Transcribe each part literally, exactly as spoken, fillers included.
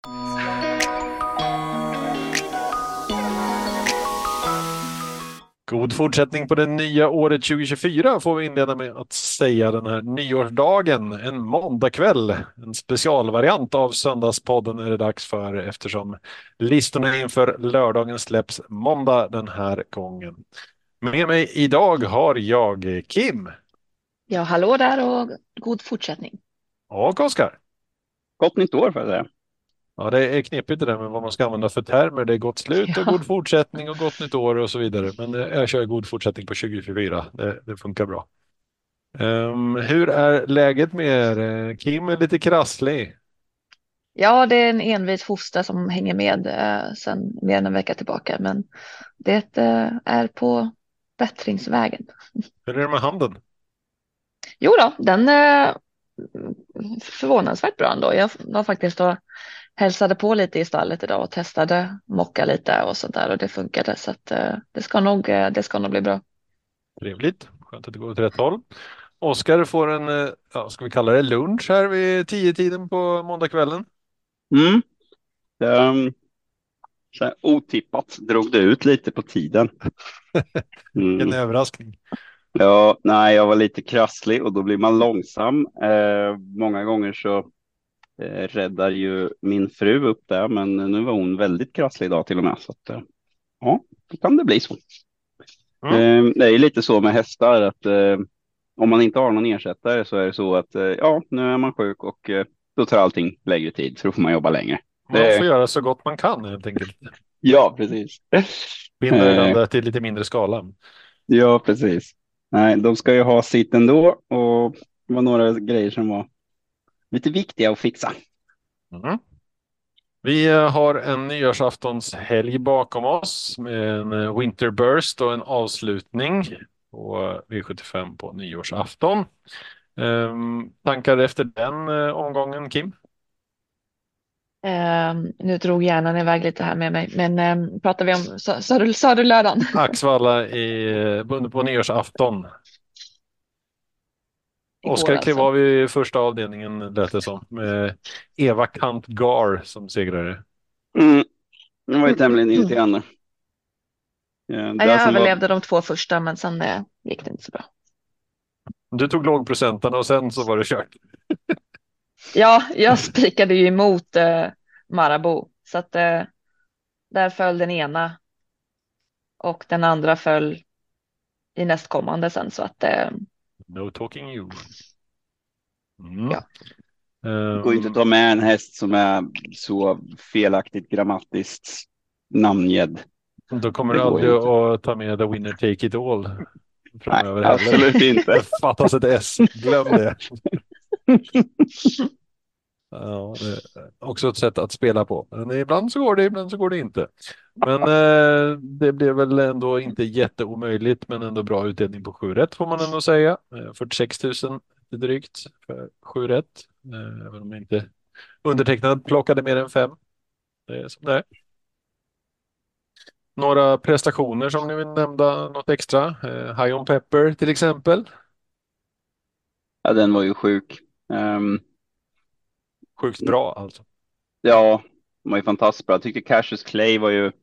God fortsättning på det nya året tjugo tjugofyra får vi inleda med att säga den här nyårsdagen, en måndagkväll, en specialvariant av Söndagspodden är det dags för eftersom listorna inför lördagen släpps måndag den här gången. Med mig idag har jag Kim. Ja, hallå där och god fortsättning. Och Oskar. Gott nytt år, får jag säga. Ja, det är knepigt det där med vad man ska använda för termer. Det är gott slut och Ja, god fortsättning och gott nytt år och så vidare. Men eh, jag kör god fortsättning på tjugo tjugofyra. Det, det funkar bra. Um, hur är läget med er? Eh, Kim är lite krasslig. ja, det är en envis hosta som hänger med eh, sedan mer än en vecka tillbaka, men det eh, är på bättringsvägen. Hur är det med handen? Jo då, den är förvånansvärt bra ändå. Jag var faktiskt och hälsade på lite i stallet idag och testade mocka lite och sånt där och det funkade så att eh, det ska nog, eh, det ska nog bli bra. Trevligt. Skönt att det går åt rätt håll. Oskar får en, eh, ja, ska vi kalla det lunch här vid tio tiden på måndagskvällen. Mm. Um, så här, otippat drog det ut lite på tiden. En Mm. överraskning. Ja, nej, jag var lite krasslig och då blir man långsam. Eh, många gånger så eh, räddar ju min fru upp det, men nu var hon väldigt krasslig idag till och med. Så att, eh, ja, då kan det bli så. Mm. Eh, det är lite så med hästar att eh, om man inte har någon ersättare så är det så att eh, ja, nu är man sjuk och eh, då tar allting längre tid, så då får man jobba längre. Man Det, får göra så gott man kan helt enkelt. ja, precis. Binder Eh, landet i lite mindre skala. ja, precis. Nej, de ska ju ha sitt ändå och det var några grejer som var lite viktiga att fixa. Mm. Vi eh, har en nyårsaftonshelg bakom oss med en eh, Winter Burst och en avslutning på eh, V sjuttiofem på nyårsafton. Ehm, tankar efter den eh, omgången, Kim? Eh, nu drog hjärnan iväg lite här med mig, men eh, pratar vi om sa, sa du, sa du lördagen? Axvalla i, eh, på på nyårsafton. Igår Oskar klev alltså. av i första avdelningen lät det som med Eva Kant-Gar som segrare. Mm, det var ju tämligen in till henne. Ja, Ja, det jag som var, överlevde de två första, men sen eh, gick det inte så bra. Du tog lågprocentarna och sen så var det kört. Ja, jag spikade ju emot eh, Marabou så att eh, där föll den ena och den andra föll i nästkommande sen så att eh, No talking you. Mm. ja. det går ju inte att Ehm, ta med en häst som är så felaktigt grammatiskt namngedd. Då kommer Det du går aldrig ju inte. att ta med The Winner Take It All Nej, framöver heller. absolut inte. Det fattas ett S, glöm det. Ja, det är också ett sätt att spela på. Men ibland så går det, ibland så går det inte. Men eh, det blev väl ändå inte jätteomöjligt, men ändå bra utdelning på sju rätt får man ändå säga. Eh, fyrtiosex tusen drygt för sju rätt. Eh, även om inte undertecknad plockade mer än fem. Det är som det är. Några prestationer som ni vill nämna något extra? Eh, High on Pepper till exempel. Ja, den var ju sjuk. Um, Sjukt bra alltså. ja, den var ju fantastiskt bra. Jag tyckte Cassius Clay var ju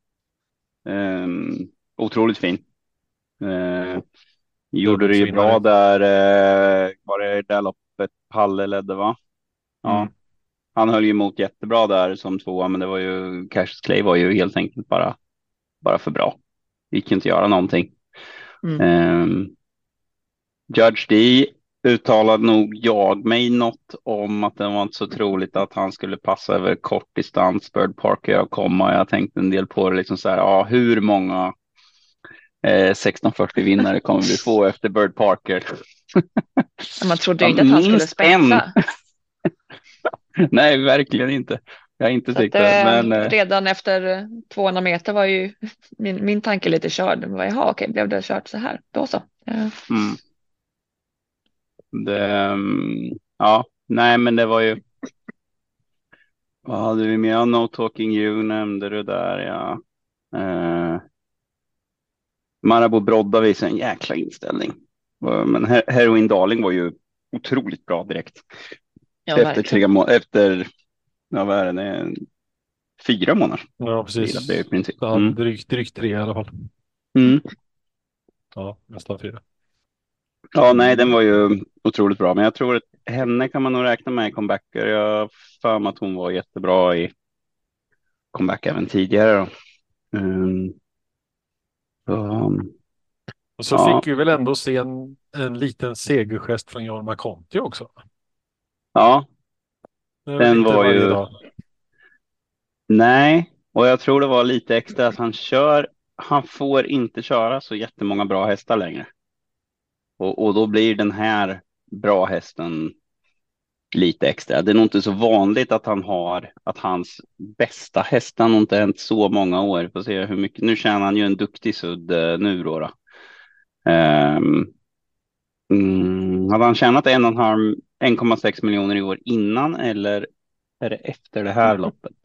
um, otroligt fin. Uh, gjorde det ju Dubbeltvinnare. bra där. Uh, var det där loppet Palle ledde, va? Ja. Mm. Han höll ju emot jättebra där som tvåa, men det var ju Cassius Clay var ju helt enkelt bara, bara för bra. Vi gick inte göra någonting. Mm. Um, Judge D uttalade nog jag mig något om att det var inte så troligt att han skulle passa över kort distans Bird Parker och komma. Jag tänkte en del på det liksom så här, ja, hur många eh, sexton fyrtio vinnare kommer vi få efter Bird Parker? Man trodde Ja, ju inte att han skulle minst en. spetsa. Nej, verkligen inte. Jag har inte Så tyckt att, det, eh, men eh, redan efter tvåhundra meter var ju min, min tanke lite körd. Men var, jaha, okej, blev det kört så här? Då så. Eh, mm, det, mm, ja, nej, men det var ju. Vad hade vi med? No Talking You nämnde du där, ja. Eh, Marabou Brodda visade en jäkla inställning. Men Her- Heroin Darling var ju otroligt bra direkt. ja, Efter verkligen. tre må- efter ja, vad är det? Det är fyra månader. Ja, Vila blir det i precis. princip. Ja, Mm. drygt, drygt tre i alla fall. Mm. Ja, nästan fyra. Ja, nej, den var ju otroligt bra. Men jag tror att henne kan man nog räkna med i comebacker. Jag har för mig att hon var jättebra i comeback även tidigare. Då. Mm. Så, Och så ja, fick vi väl ändå se en, en liten segergest från Jan McConty också. ja, Det är väl den inte var varje ju... dag. Nej, och jag tror det var lite extra att han kör. Han får inte köra så jättemånga bra hästar längre. Och, och då blir den här bra hästen lite extra. Det är nog inte så vanligt att han har, att hans bästa häst har nog inte hänt så många år. Får se hur mycket, nu tjänar han ju en duktig sudd eh, nu då. då. Ehm, mm, hade han tjänat en och en halv, en komma sex miljoner i år innan eller är det efter det här loppet?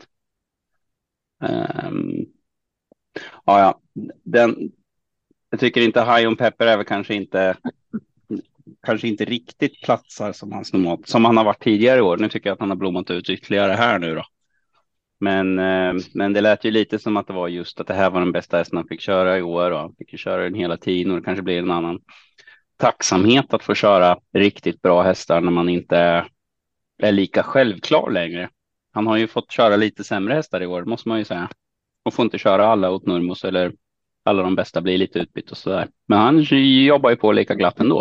Ehm, ja, ja, den, jag tycker inte High on Pepper är väl kanske inte kanske inte riktigt platsar som han, som han har varit tidigare i år. Nu tycker jag att han har blommat ut ytterligare här nu då. Men, eh, men det lät ju lite som att det var just att det här var den bästa hästen han fick köra i år och han fick ju köra den hela tiden och det kanske blir en annan tacksamhet att få köra riktigt bra hästar när man inte är lika självklar längre. Han har ju fått köra lite sämre hästar i år, måste man ju säga. Och får inte köra alla åt Nurmos eller alla de bästa blir lite utbytt och sådär. Men han jobbar ju på lika glatt ändå.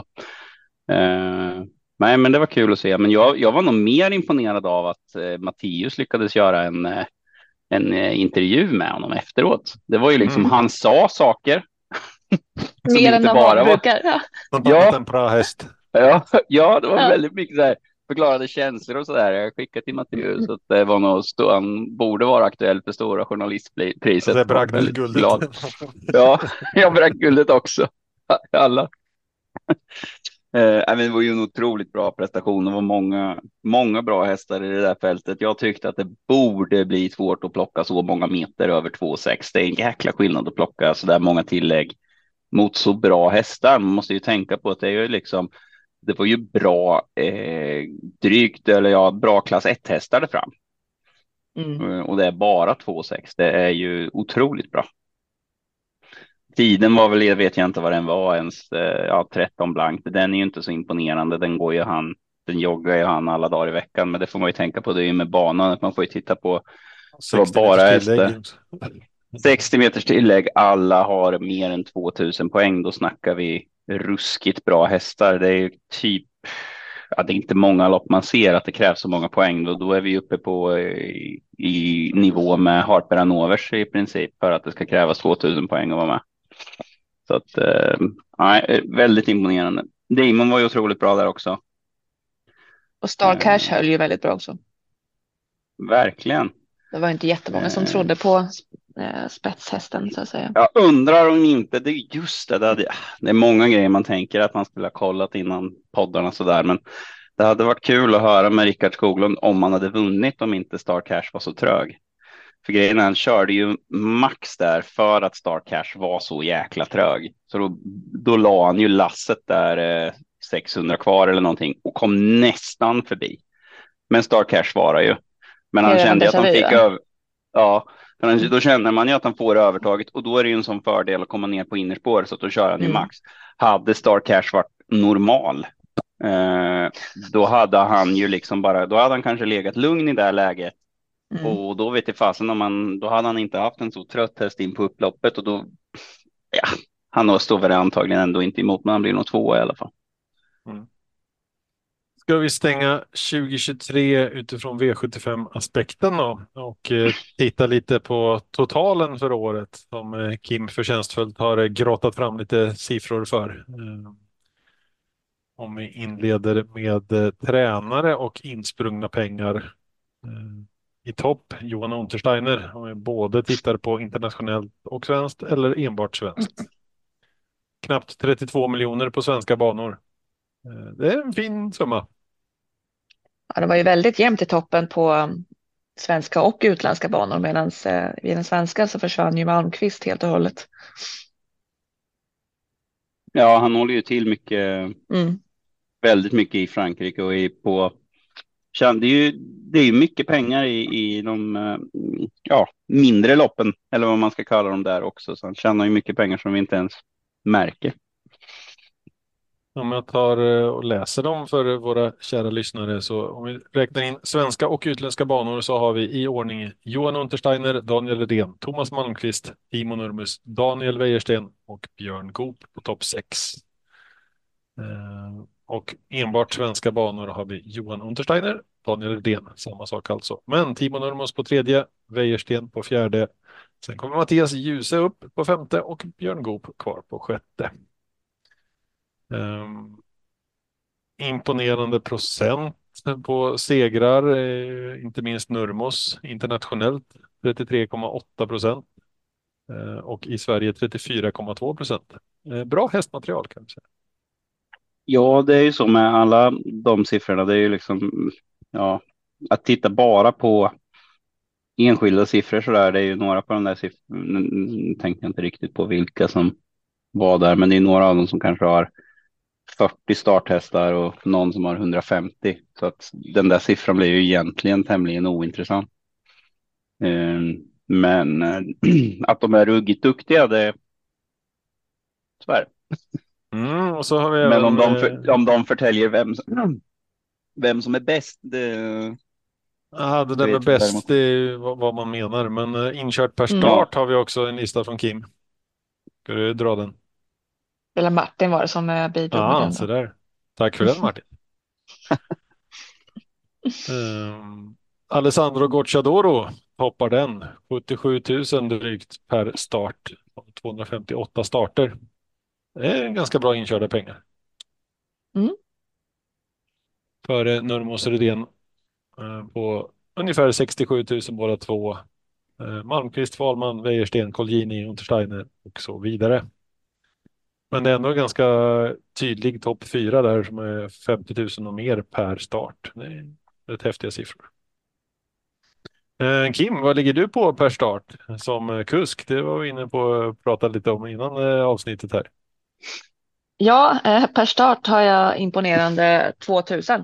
Eh, nej, men det var kul att se. Men jag, jag var nog mer imponerad av att eh, Mattias lyckades göra en, eh, en eh, intervju med honom efteråt. Det var ju liksom, Mm. han sa saker som Mer än inte vad bara man var... brukar. Ja. Något Ja. annat än bra häst. Ja, ja, det var Ja. väldigt mycket så här förklarade känslor och så där. Jag skickade till Mattias att det var nog stå, han borde vara aktuell för stora journalistpriset. Det är Var väldigt bragdguldet. glad. Ja, jag bragdguldet också. Alla. Eh, men det var ju en otroligt bra prestation. Det var många, många bra hästar i det där fältet. Jag tyckte att det borde bli svårt att plocka så många meter över två komma sex. Det är en jäkla skillnad att plocka så där många tillägg mot så bra hästar. Man måste ju tänka på att det är ju liksom, det var ju bra eh, drygt, eller ja, bra klass ett hästar där fram. Mm. Eh, och det är bara två komma sex. Det är ju otroligt bra. Tiden var väl, jag vet jag inte vad den var ens, eh, ja, tretton blankt. Den är ju inte så imponerande. Den går ju han, den joggar ju han alla dagar i veckan. Men det får man ju tänka på, det är ju med banan. Att man får ju titta på sextio bara meters hästar. tillägg. sextio meters tillägg, alla har mer än tvåtusen poäng. Då snackar vi ruskigt bra hästar. Det är ju typ, ja, det är inte många lopp man ser att det krävs så många poäng. Då, då är vi uppe på i, i nivå med Harper Hanovers i princip för att det ska krävas tvåtusen poäng att vara med. Så att, eh, nej, väldigt imponerande. Damon var ju otroligt bra där också. Och Star Cash höll ju väldigt bra också. Verkligen. Det var inte jättemånga som Eh. trodde på eh, spetshästen så att säga. Jag undrar om inte, det är just det där, det är många grejer man tänker att man skulle ha kollat innan poddarna sådär, men det hade varit kul att höra med Rickard Skoglund om man hade vunnit om inte Star Cash var så trög. För grejen är, han körde ju max där för att Star Cash var så jäkla trög. Så då, då la han ju lasset där eh, sexhundra kvar eller någonting och kom nästan förbi. Men Star Cash var ju. Men han Det är kände det att han déjà vu, fick va? över. Ja, för han, då känner man ju att han får övertaget och då är det ju en sån fördel att komma ner på innerspår så att då kör han ju Mm. max. Hade Star Cash varit normal, eh, då hade han ju liksom bara, då hade han kanske legat lugn i det här läget. Mm. Och då vet jag fasen om man, då hade han inte haft en så trött häst in på upploppet och då, ja, han står väl antagligen ändå inte emot, men han blir nog två i alla fall. Mm. Ska vi stänga tjugo tjugotre utifrån V sjuttiofem-aspekten då och eh, titta lite på totalen för året som eh, Kim förtjänstfullt har eh, grottat fram lite siffror för. Eh, om vi inleder med eh, tränare och insprungna pengar. Eh, I topp Johan Untersteiner, om vi både tittar på internationellt och svenskt eller enbart svenskt. Knappt trettiotvå miljoner på svenska banor. Eh, det är en fin summa. Ja, det var ju väldigt jämnt i toppen på um, svenska och utländska banor medan eh, vid den svenska så försvann ju Malmqvist helt och hållet. Ja, han håller ju till mycket, Mm. väldigt mycket i Frankrike och i, på kän- det är ju det är ju mycket pengar i, i de eh, ja, mindre loppen, eller vad man ska kalla dem där också. Så han tjänar ju mycket pengar som vi inte ens märker. Om jag tar eh, och läser dem för våra kära lyssnare, så om vi räknar in svenska och utländska banor så har vi i ordning Johan Untersteiner, Daniel Redén, Thomas Malmqvist, Timo Nurmus, Daniel Wäjersten och Björn Goop på topp sex. Eh, och enbart svenska banor har vi Johan Untersteiner, Daniel Redén, samma sak alltså. Men Timo Nurmos på tredje, Wäjersten på fjärde. Sen kommer Mattias Djuse upp på femte och Björn Goop kvar på sjätte. Um, imponerande procent på segrar, eh, inte minst Nurmos internationellt trettiotre komma åtta procent eh, och i Sverige trettiofyra komma två procent. Eh, bra hästmaterial kan man säga. Ja, det är ju så med alla de siffrorna. Det är ju liksom, ja, att titta bara på enskilda siffror så där. Det är ju några på de där siffrorna. Tänkte jag inte riktigt på vilka som var där, men det är några av dem som kanske har fyrtio starthästar och någon som har hundrafemtio. Så att den där siffran blir ju egentligen tämligen ointressant. Eh, Men eh, att de är ruggigt duktiga, det så är det. Mm, och så har vi Men även om de, eh, för, om de förtäljer vem, som- vem som är bäst, det, aha, det det där med vet jag däremot. bäst, det är ju vad, vad man menar. Men eh, inkört per Mm. start har vi också en lista från Kim. Ska du dra den? Eller Martin var det som eh, bidrog med Ja, den så då. där. Tack för den, Martin. Um, Alessandro Gocciadoro toppar den. sjuttiosju tusen drygt per start. tvåhundrafemtioåtta starter. Det är ganska bra inkörda pengar. Mm. Före Nurmos Redén eh, på ungefär sextiosju tusen båda två. Eh, Malmqvist, Fahlman, Wäjersten, Colgjini, Untersteiner och så vidare. Men det är ändå en ganska tydlig topp fyra där som är femtio tusen och mer per start. Det är rätt häftiga siffror. Eh, Kim, vad ligger du på per start som eh, kusk? Det var vi inne på att prata lite om innan eh, avsnittet här. Ja, eh, per start har jag imponerande tvåtusen.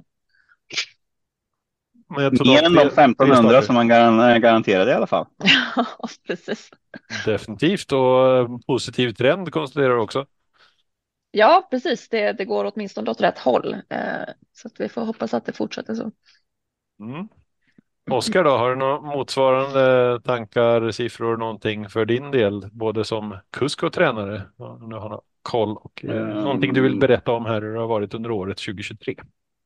Med Mer totalt än tre, de tre femtonhundra starter. som man garan- garanterade i alla fall. Ja, precis. Definitivt, och eh, positiv trend konstaterar du också. Ja, precis. Det, det går åtminstone åt rätt håll. Eh, så att vi får hoppas att det fortsätter så. Mm. Oskar då, har du några motsvarande tankar, siffror, någonting för din del, både som kusk och tränare? Om du har någon koll och eh, någonting du vill Um, berätta om här hur det har varit under året tjugohundratjugotre.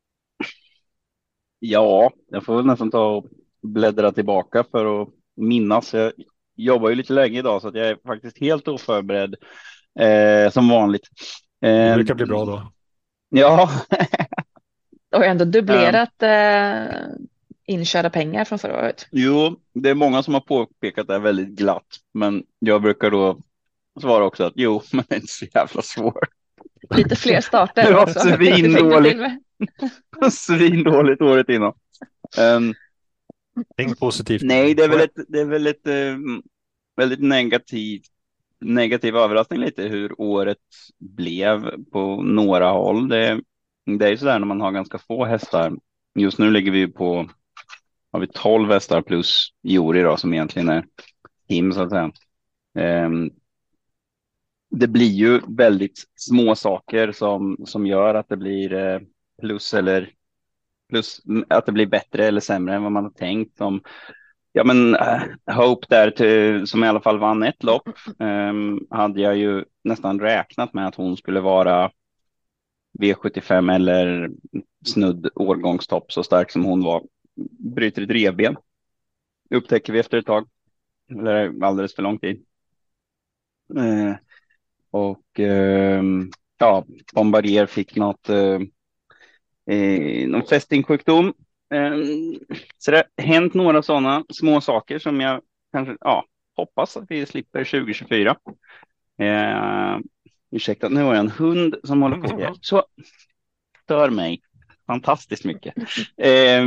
ja, jag får väl nästan ta och bläddra tillbaka för att minnas. Jag jobbar ju lite länge idag så att jag är faktiskt helt oförberedd eh, som vanligt. Det Eh, brukar bli bra då. ja, Och ändå um, dubblerat eh, inkörda pengar från förra året. jo, det är många som har påpekat det här väldigt glatt, men jag brukar då svara också att jo, men det är inte så jävla svårt. Lite fler Det starter var också. svindåligt. Svindåligt året innan. Um, Tänk positivt. nej, det är väl ett, det är väl ett eh, väldigt negativt, negativ överraskning lite hur året blev på några håll. Det, det är ju sådär när man har ganska få hästar. Just nu ligger vi ju på, har vi tolv hästar plus Jori då som egentligen är Kim så att säga. Um, det blir ju väldigt små saker som, som gör att det blir eh, plus eller plus att det blir bättre eller sämre än vad man har tänkt. Om, ja men uh, Hope där till, som i alla fall vann ett lopp um, hade jag ju nästan räknat med att hon skulle vara V sjuttiofem eller snudd årgångstopp så stark som hon var. Bryter ett revben. Upptäcker vi efter ett tag. Eller alldeles för lång tid. Uh, och uh, ja, Bombardier fick något uh, eh, någon fästingsjukdom. Eh, så det har hänt några sådana små saker som jag kanske ja, hoppas att vi slipper tjugohundratjugofyra. Eh, ursäkta, nu har jag en hund som håller på här. Så stör mig fantastiskt mycket. Eh,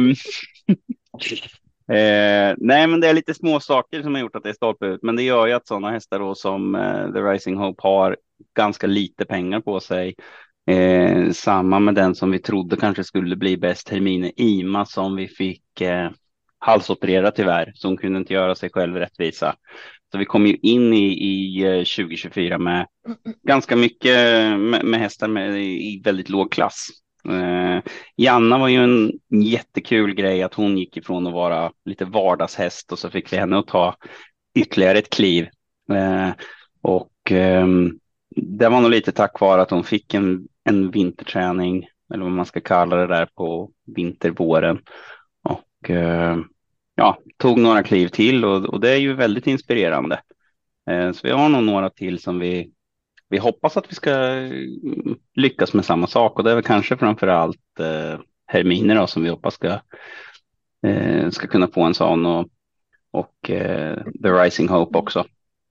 eh, nej, men det är lite små saker som har gjort att det är stolpe ut. Men det gör ju att sådana hästar då som eh, The Rising Hope har ganska lite pengar på sig. Eh, samma med den som vi trodde kanske skulle bli bäst, Hermine Ima, som vi fick eh, halsoperera tyvärr, så hon kunde inte göra sig själv rättvisa. Så vi kom ju in i, i eh, tjugo tjugofyra med ganska mycket med, med hästar med, i väldigt låg klass. Eh, Janna var ju en jättekul grej att hon gick ifrån att vara lite vardagshäst och så fick vi henne att ta ytterligare ett kliv. Eh, och ehm, det var nog lite tack vare att hon fick en, en vinterträning, eller vad man ska kalla det där, på vintervåren. Och eh, ja, tog några kliv till och, och det är ju väldigt inspirerande. Eh, så vi har nog några till som vi, vi hoppas att vi ska mm, lyckas med samma sak. Och det är väl kanske framför allt eh, Hermine då, som vi hoppas ska, eh, ska kunna få en sån, och, och eh, The Rising Hope också.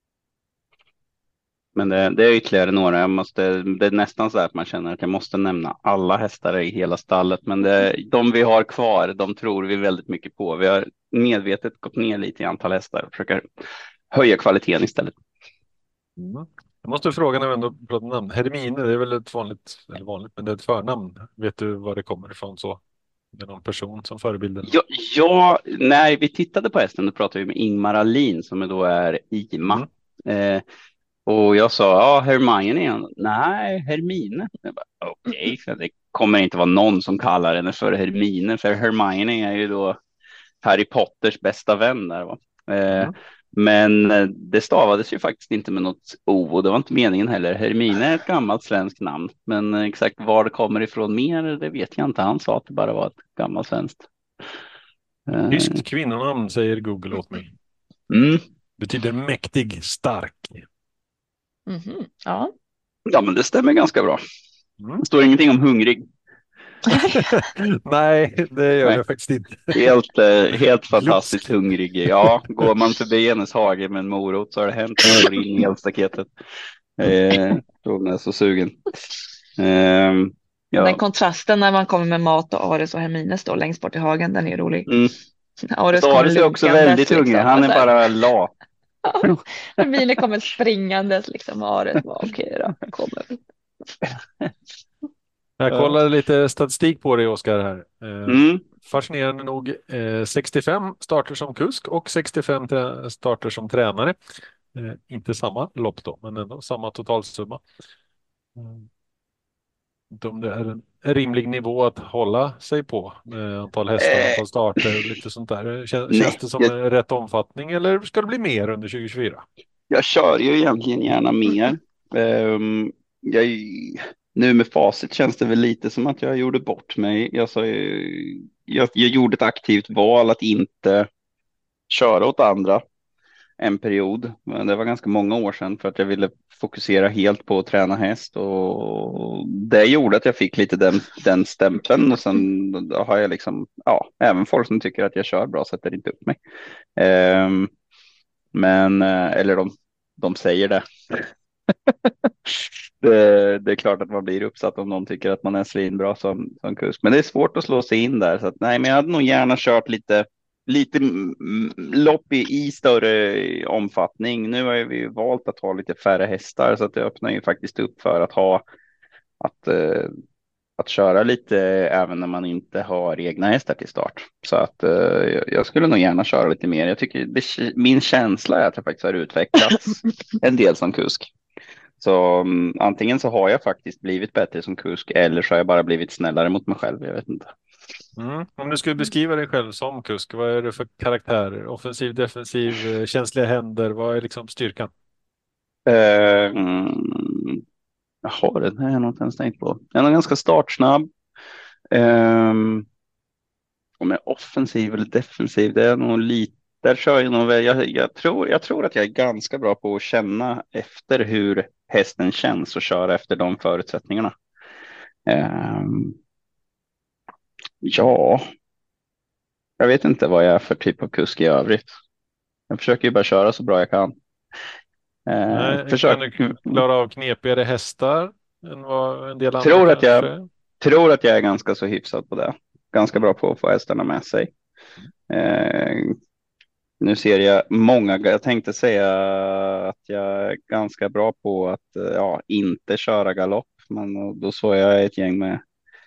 Men det, det är ytterligare några. Jag måste, det är nästan så att man känner att jag måste nämna alla hästar i hela stallet. Men det, de vi har kvar, de tror vi väldigt mycket på. Vi har medvetet gått ner lite i antal hästar och försöker höja kvaliteten istället. Mm. Jag måste fråga när vi ändå pratar namn. Hermine, det är väl ett vanligt, eller vanligt, men det är ett förnamn. Vet du var det kommer ifrån så? Det är någon person som förebilden? Ja, ja, när vi tittade på hästen då pratade vi med Ingmar Alin som då är Ima. Mm. Eh, Och jag sa, ja, Hermione. Nej, Hermine. Okej, okay, det kommer inte vara någon som kallar henne för Hermine. För Hermione är ju då Harry Potters bästa vän där. Va? Eh, mm. Men det stavades ju faktiskt inte med något O och det var inte meningen heller. Hermine är ett gammalt svenskt namn. Men exakt var det kommer ifrån mer, det vet jag inte. Han sa att det bara var ett gammalt svenskt. Eh. Tyskt kvinnonamn säger Google åt mig. Mm. Betyder mäktig, stark. Mm-hmm. Ja. Ja, men det stämmer ganska bra. Mm. Det står ingenting om hungrig. Nej, det gör Nej. det faktiskt inte. Helt, eh, helt fantastiskt hungrig. Ja, går man förbi hennes hage med en morot så har det hänt. Jag går in i elstaketet. Eh, då är jag så sugen. Eh, ja. Den kontrasten när man kommer med mat och Ares och Hermine står längst bort i hagen, den är rolig. Mm. Ares, Ares är också väldigt hungrig. Liksom. Han är bara lat. Ja, Hermine kommer springandes liksom. Ares var okej okay, då, kommer. Jag kollade lite statistik på dig, Oskar, här. Mm. Fascinerande nog eh, sextiofem starter som kusk och sextiofem trä- starter som tränare. Eh, inte samma lopp då, men ändå samma totalsumma. Mm. Om det är en rimlig nivå att hålla sig på med antal hästar, antal starter och lite sånt där. Känns, Nej, det som jag... en rätt omfattning eller ska det bli mer under tjugo tjugofyra? Jag kör ju egentligen gärna mer. Um, jag, nu med facit känns det väl lite som att jag gjorde bort mig. Jag, sa, jag, jag gjorde ett aktivt val att inte köra åt andra en period. Men det var ganska många år sedan för att jag ville fokusera helt på att träna häst. Och det gjorde att jag fick lite den, den stämpeln. Och sen har jag liksom, ja, även folk som tycker att jag kör bra sätter inte upp mig. Um, men, eller de, de säger det. det. Det är klart att man blir uppsatt om någon tycker att man är svinbra som, som kusk. Men det är svårt att slå sig in där. Så att, nej, men jag hade nog gärna kört lite, lite lopp i, i större omfattning. Nu har vi valt att ha lite färre hästar så att det öppnar ju faktiskt upp för att ha att, uh, att köra lite även när man inte har egna hästar till start. Så att uh, jag skulle nog gärna köra lite mer. Jag tycker det, min känsla är att jag faktiskt har utvecklats en del som kusk. Så um, antingen så har jag faktiskt blivit bättre som kusk eller så har jag bara blivit snällare mot mig själv. Jag vet inte. Mm. Om du skulle beskriva dig själv som kusk, vad är det för karaktärer? Offensiv, defensiv, känsliga händer, vad är liksom styrkan? Uh, mm, jag har den här, jag har nog inte ens tänkt på. Jag är ganska startsnabb. Um, om jag är offensiv eller defensiv, det är nog lite. Där kör jag, nog, jag, jag, tror, jag tror att jag är ganska bra på att känna efter hur hästen känns och köra efter de förutsättningarna. Um, ja, jag vet inte vad jag är för typ av kusk i övrigt. Jag försöker ju bara köra så bra jag kan. Uh, Nej, försök... Kan du klara av knepigare hästar än vad en del andra tror att jag kanske? tror att jag är ganska så hyfsad på det. Ganska bra på att få hästarna med sig. Uh, Nu ser jag många, jag tänkte säga att jag är ganska bra på att ja, inte köra galopp. Men och då såg jag ett gäng med,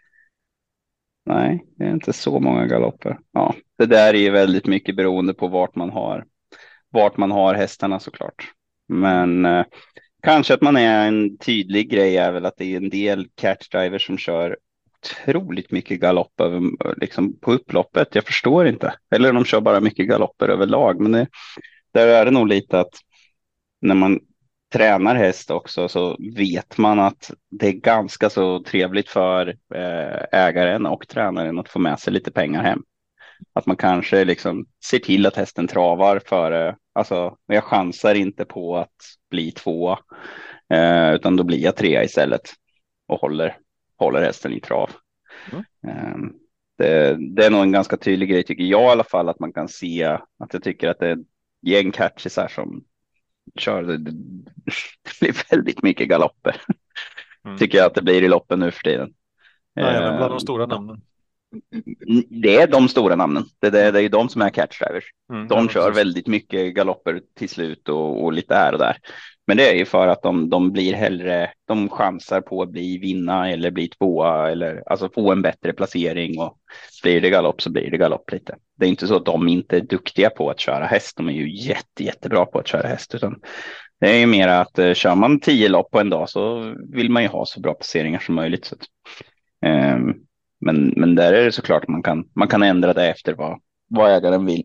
nej, det är inte så många galopper. Ja, det där är ju väldigt mycket beroende på vart man har, vart man har hästarna såklart. Men eh, kanske att man är en tydlig grej är väl att det är en del catchdrivers som kör otroligt mycket galopp över, liksom på upploppet. Jag förstår inte. Eller de kör bara mycket galopper överlag. Men det, där är det nog lite att när man tränar häst också så vet man att det är ganska så trevligt för eh, ägaren och tränaren att få med sig lite pengar hem. Att man kanske liksom ser till att hästen travar före, alltså jag chansar inte på att bli två, eh, utan då blir jag trea istället och håller, håller hästen i trav. Mm. Eh, det, det är nog en ganska tydlig grej tycker jag i alla fall, att man kan se att jag tycker att det är gäng catchisar som kör, det, det blir väldigt mycket galopper. Mm. Tycker jag att det blir i loppen nu för tiden. Nej, även bland Eh, de stora namnen. Det är de stora namnen. Det, det, det är ju de som är catchdrivers. Mm, De ja, kör precis. väldigt mycket galopper till slut och, och lite här och där. Men det är ju för att de, de blir hellre, de chansar på att bli vinna eller bli tvåa eller alltså få en bättre placering, och blir det galopp så blir det galopp lite. Det är inte så att de inte är duktiga på att köra häst. De är ju jätte, jättebra på att köra häst, utan det är ju mer att eh, kör man tio lopp på en dag så vill man ju ha så bra placeringar som möjligt. Så att, ehm, men, men där är det såklart man kan, man kan ändra det efter vad, vad ägaren vill.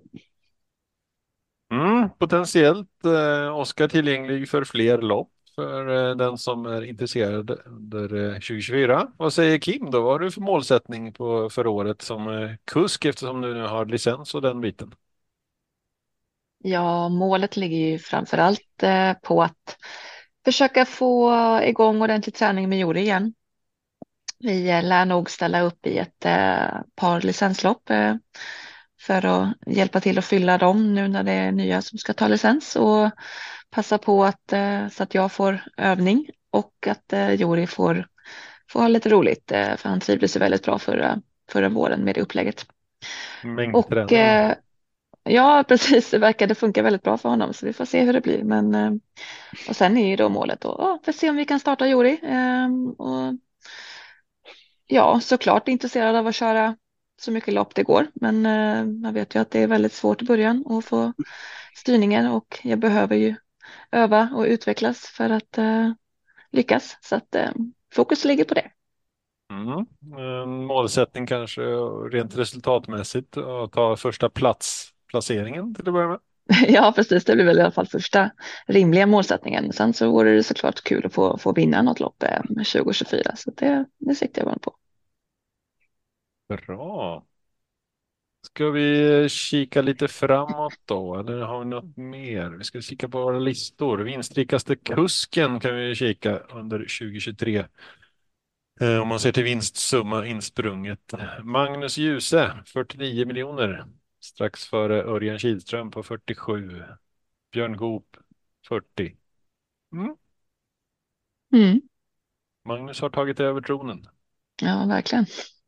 Mm, potentiellt eh, Oscar tillgänglig för fler lopp för eh, den som är intresserad under eh, tjugohundratjugofyra. Vad säger Kim då? Vad har du för målsättning på, för året som eh, kusk, eftersom du nu har licens och den biten? Ja, målet ligger ju framför allt eh, på att försöka få igång ordentlig träning med Jori igen. Vi eh, lär nog ställa upp i ett eh, par licenslopp eh, för att hjälpa till att fylla dem nu när det är nya som ska ta licens, och passa på att eh, så att jag får övning och att eh, Jori får, får ha lite roligt, eh, för han trivdes ju väldigt bra förra, förra våren med det upplägget. Och Mängdträning. eh, ja, precis, det verkade funka väldigt bra för honom, så vi får se hur det blir. Men, eh, och sen är ju då målet då, ja, för att se om vi kan starta Jori. Eh, och ja, såklart intresserad av att köra så mycket lopp det går, men eh, man vet ju att det är väldigt svårt i början att få styrningen, och jag behöver ju öva och utvecklas för att eh, lyckas. Så att eh, fokus ligger på det. Mm. En målsättning kanske rent resultatmässigt att ta första plats placeringen till att börja med. Ja, precis. Det blir väl i alla fall första rimliga målsättningen. Sen så vore det såklart kul att få, få vinna något lopp eh, tjugohundratjugofyra. Så det, det siktar jag bara på. Bra. Ska vi kika lite framåt då, eller har vi något mer? Vi ska kika på våra listor. Vinstrikaste kusken kan vi kika under tjugohundratjugotre. Eh, om man ser till vinstsumma insprunget. Magnus Djuse, fyrtionio miljoner. Strax före Örjan Kihlström på fyrtiosju. Björn Goop, fyrtio. Mm. Mm. Magnus har tagit över tronen. Ja, verkligen.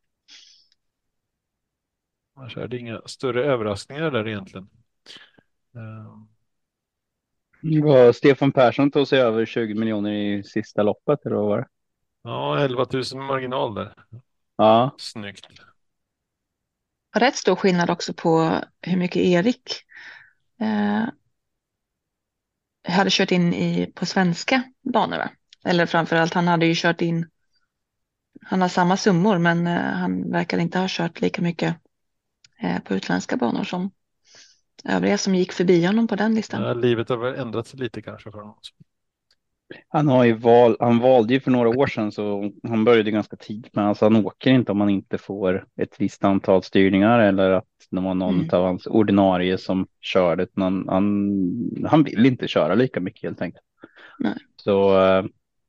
Annars är det inga större överraskningar där egentligen. Eh, Vad Stefan Persson tog sig över tjugo miljoner i sista loppet, eller vad var det? Ja, elva tusen marginal där. Ja, Snyggt. Rätt stor skillnad också på hur mycket Erik eh, hade kört in i, på svenska banor. Va? Eller framförallt, han hade ju kört in, han har samma summor, men eh, han verkar inte ha kört lika mycket eh, på utländska banor som övriga som gick förbi honom på den listan. Ja, livet har väl ändrats lite kanske för honom. han har ju val, han valde ju för några år sedan, så han började ganska tidigt, men alltså han åker inte om han inte får ett visst antal styrningar eller att det var någon Mm. av hans ordinarie som körde. Han, han, han vill inte köra lika mycket helt enkelt. Nej. Så eh,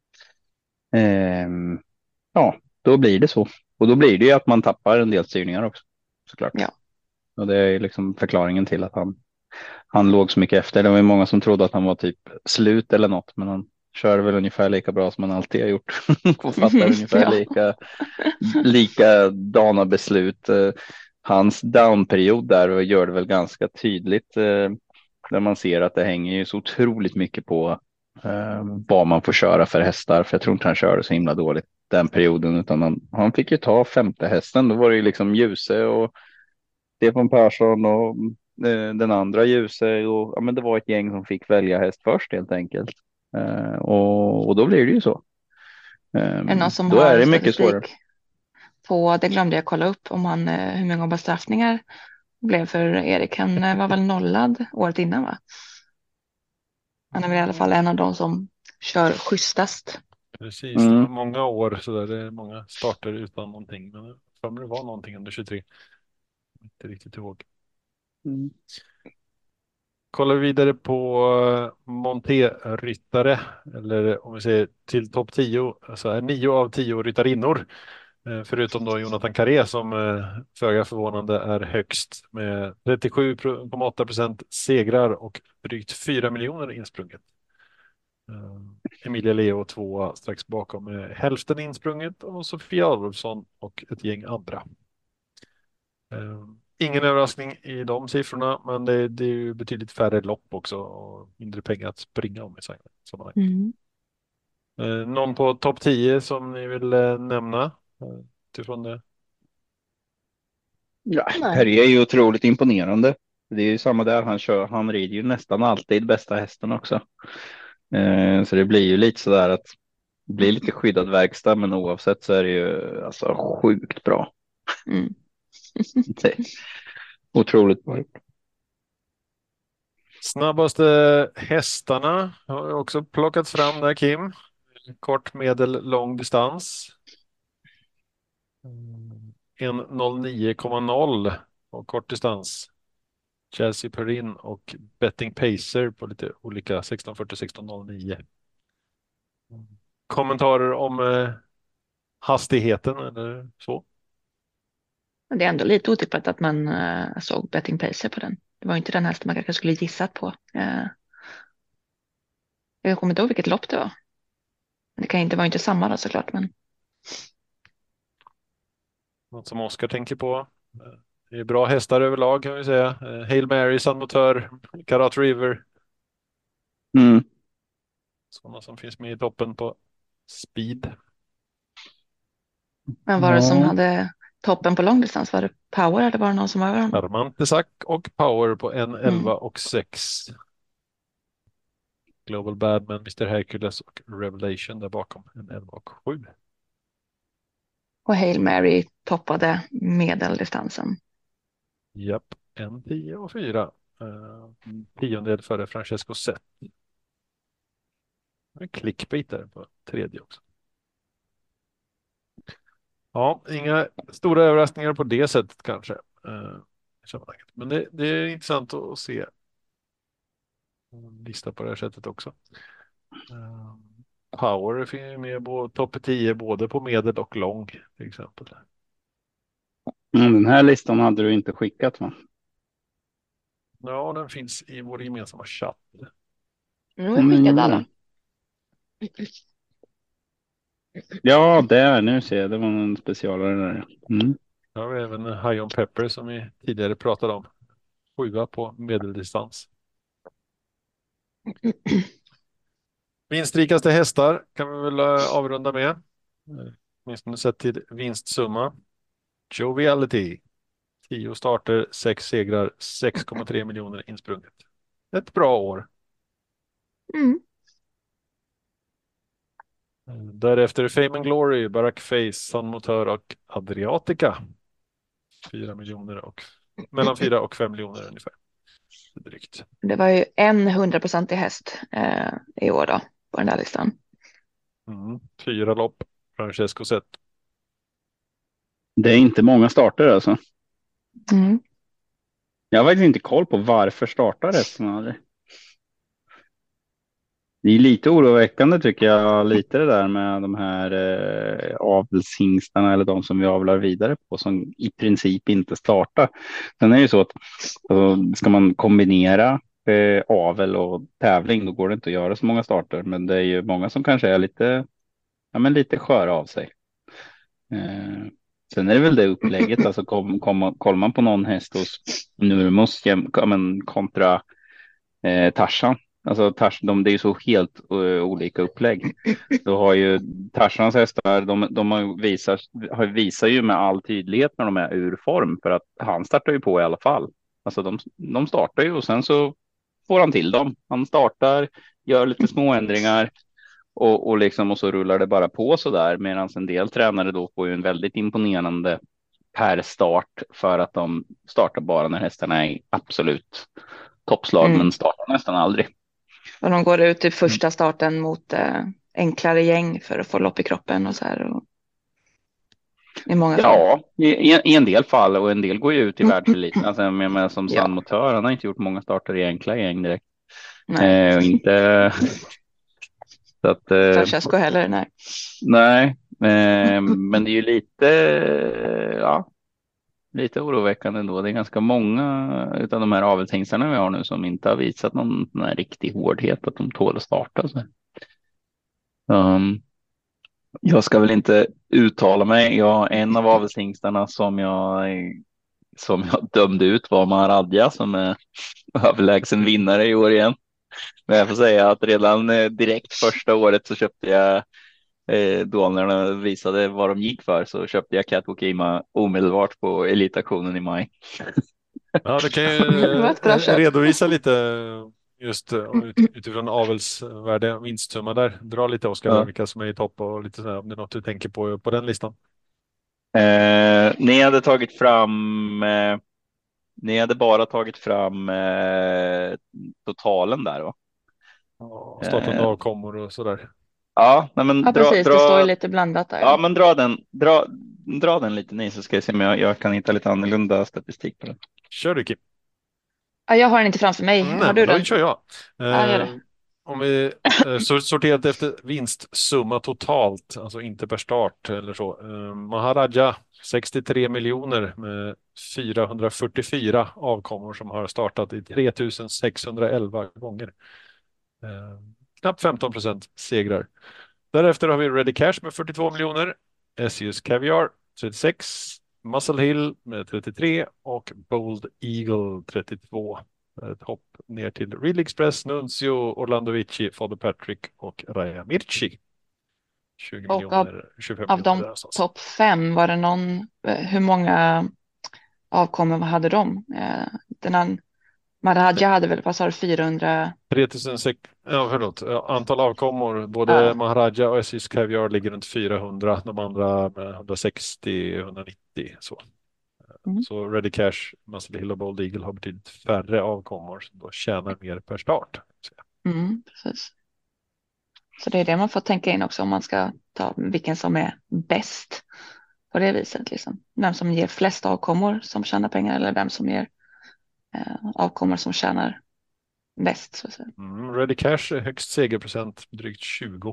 ehm, ja, då blir det så. Och då blir det ju att man tappar en del styrningar också, såklart. Ja. Och det är liksom förklaringen till att han, han låg så mycket efter. Det var ju många som trodde att han var typ slut eller något, men han kör väl ungefär lika bra som han alltid har gjort. Och fattar ungefär Ja. lika, likadana beslut. Eh, Hans downperiod där gör det väl ganska tydligt. eh, Där man ser att det hänger ju så otroligt mycket på eh, vad man får köra för hästar. För jag tror inte han körde så himla dåligt den perioden, utan han, han fick ju ta femte hästen. Då var det ju liksom Ljuse och Stefan Persson och eh, den andra Ljuse. Och, ja, men det var ett gäng som fick välja häst först helt enkelt. Eh, och, och då blir det ju så. Eh, Är det någon som då är har det mycket svårare. statistik på, det glömde jag kolla upp, om han, eh, hur många bestraffningar blev för Erik. Han eh, var väl nollad året innan, va? Han är väl i alla fall en av de som kör schysstast. Precis, det Mm. var många år så där, det är många starter utan någonting. Men för mig det var någonting under tjugotre. Inte riktigt ihåg. Mm. Kollar vi vidare på eh, Monté-ryttare, eller om vi säger till topp tio, så är nio av tio ryttarinnor. Eh, Förutom då Jonathan Carré som eh, föga förvånande är högst med trettiosju komma åtta procent segrar och drygt fyra miljoner insprunget. Eh, Emilia Leo tvåa strax bakom med hälften insprunget och Sofia Adolfsson och ett gäng andra. Eh, Ingen överraskning i de siffrorna, men det, det är ju betydligt färre lopp också och mindre pengar att springa om i sammanhanget. Mm. Eh, någon på topp tio som ni vill eh, nämna eh, utifrån det? Ja, Nej. Perrier är ju otroligt imponerande. Det är ju samma där, han kör, han rider ju nästan alltid bästa hästen också. Eh, så det blir ju lite sådär att det blir lite skyddad verkstad, men oavsett så är det ju alltså sjukt bra. Mm. Det är otroligt bra. Snabbaste hästarna har jag också plockat fram där, Kim. Kort, medel, lång distans. En noll nio komma noll och kort distans. Chelsea Perrin och Betting Pacer på lite olika sexton fyrtio sexton noll nio. Kommentarer om eh, hastigheten eller så? Men det är ändå lite otippat att man eh, såg Betting Pacer på den. Det var inte den hästen man kanske skulle gissat på. Eh, jag kommer inte ihåg vilket lopp det var. Det kan inte vara inte samma då såklart, men Något som Oskar tänker på. Det är bra hästar överlag kan vi säga. Eh, Hail Mary, Sun Motör, Karat River. Mm. Sådana som finns med i toppen på speed. vem var det som Ja. hade toppen på långdistans? Var det Power eller var det någon som var över honom? Armantesack och Power på en elva och sex. Global Badman, mister Hercules och Revelation där bakom en elva och sju. Och Hail Mary toppade medeldistansen. Japp, en tio och fyra. Uh, tiondel före Francesco Zet. En clickbait där på tredje också. Ja, inga stora överraskningar på det sättet kanske. Uh, i sammanhanget. Men det, det är intressant att se en lista på det här sättet också. Uh, Power finns med på topp tio både på medel och lång till exempel. Mm, den här listan hade du inte skickat, va? Ja, den finns i vår gemensamma chatt. Nu har jag skickat Mm. alla. Ja, där, nu ser jag. Det var en specialare där. Mm. Ja, vi har även High on Pepper som vi tidigare pratade om. Sjua på medeldistans. Vinstrikaste hästar kan vi väl eh, avrunda med. Eh, Åtminstone sett till vinstsumma. Joviality. tio starter, sex segrar, sex komma tre miljoner insprunget. Ett bra år. Mm. Eh, Därefter Fame and Glory, Barack Face, Sun Motör och Adriatica. Fyra miljoner och mellan fyra och fem miljoner ungefär. Drygt. Det var ju en hundraprocentig häst eh, i år då på den där listan. Mm. Fyra lopp. Francesco Zet. Det är inte många starter alltså. Mm. Jag har faktiskt inte koll på varför startar resten av det. Det är lite oroväckande tycker jag, lite det där med de här eh, avelshingstarna eller de som vi avlar vidare på som i princip inte startar. Sen är det ju så att alltså, ska man kombinera eh, avel och tävling då går det inte att göra så många starter. Men det är ju många som kanske är lite, ja, men lite sköra av sig. Eh, sen är det väl det upplägget, alltså kom, kom, kollar man på någon häst hos Nurmos jäm- ja, men kontra eh, Tarzan. Alltså Tars, de, det är ju så helt uh, olika upplägg. Du har ju Tarzans hästar, de, de har visar, har visar ju med all tydlighet när de är ur form, för att han startar ju på i alla fall. Alltså de, de startar ju och sen så får han till dem. Han startar, gör lite små ändringar och, och, liksom, och så rullar det bara på så där. Medan en del tränare då får ju en väldigt imponerande per start för att de startar bara när hästarna är i absolut toppslag, Mm. men startar nästan aldrig. Och de går ut i första starten mot eh, enklare gäng för att få lopp i kroppen och så här. Och i många fall. Ja, i, i en del fall, och en del går ju ut i världseliten. Alltså, med, med, som Ja. San Motör, han har inte gjort många starter i enkla gäng direkt. Nej, Eh, och inte... så att, eh, Francesco heller, nej. nej, eh, men det är ju lite, ja, lite oroväckande ändå. Det är ganska många utav de här avelshängstarna vi har nu som inte har visat någon, någon här riktig hårdhet att de tål att starta. Så. Um, jag ska väl inte uttala mig. Jag, en av avelshingstarna som jag som jag dömde ut var Maharadja, som är överlägsen vinnare i år igen. Men jag får säga att redan eh, direkt första året så köpte jag, eh, då när de visade vad de gick för, så köpte jag Catwalk Ima omedelbart på elitaktionen i maj. Ja, du kan ju Det var ett bra eh, köp. redovisa lite just eh, ut- utifrån avelsvärde, vinstsumma där. Dra lite, Oskar, Ja. vilka som är i topp och lite sådär, om det är något du tänker på på den listan. Eh, ni hade tagit fram, eh, ni hade bara tagit fram eh, totalen där då. Ja, startande Eh, avkommor och sådär. ja, nej, men Ja, dra, precis. dra, Det står ju lite blandat där. ja, men dra den, dra, dra den lite ni, så ska jag se om jag, jag kan hitta lite annorlunda statistik på den. Kör du, Kim. Ja, jag har den inte framför mig. Mm, Har nej, du då den? kör jag. Ja, gör Eh, det. om vi eh, sor- sorterat efter vinstsumma totalt, alltså inte per start eller så. Eh, Maharaja sextiotre miljoner med fyrahundrafyrtiofyra avkommor som har startat i tre tusen sexhundraelva gånger. Eh, knappt femton procent segrar. Därefter har vi Ready Cash med fyrtiotvå miljoner, S J:s Caviar trettiosex, Muscle Hill med trettiotre och Bold Eagle trettiotvå. Ett hopp ner till Real Express, Nunzio, Orlando Vici, Father Patrick och Raya Mirchi. tjugo Och miljoner, tjugofem Av miljoner de där någonstans. topp fem, var det någon, eh, hur många avkommor hade de? Eh, Den an, Maradja hade väl, vad sa du, fyrahundra? tre tusen sex, ja, förlåt. Ja, antal avkommor, både Ja. Maharaja och S J:s Caviar ligger runt fyrahundra, de andra med hundrasextio hundranittio. Så. Mm. Så Ready Cash, Muscle Hill och Bold Eagle har betydligt färre avkommor som då tjänar mer per start. Mm, precis. Så det är det man får tänka in också om man ska ta vilken som är bäst på det viset. Liksom. Vem som ger flest avkommor som tjänar pengar eller vem som ger eh, avkommor som tjänar bäst. Så att säga. Mm, Ready Cash är högst segerprocent, drygt tjugo.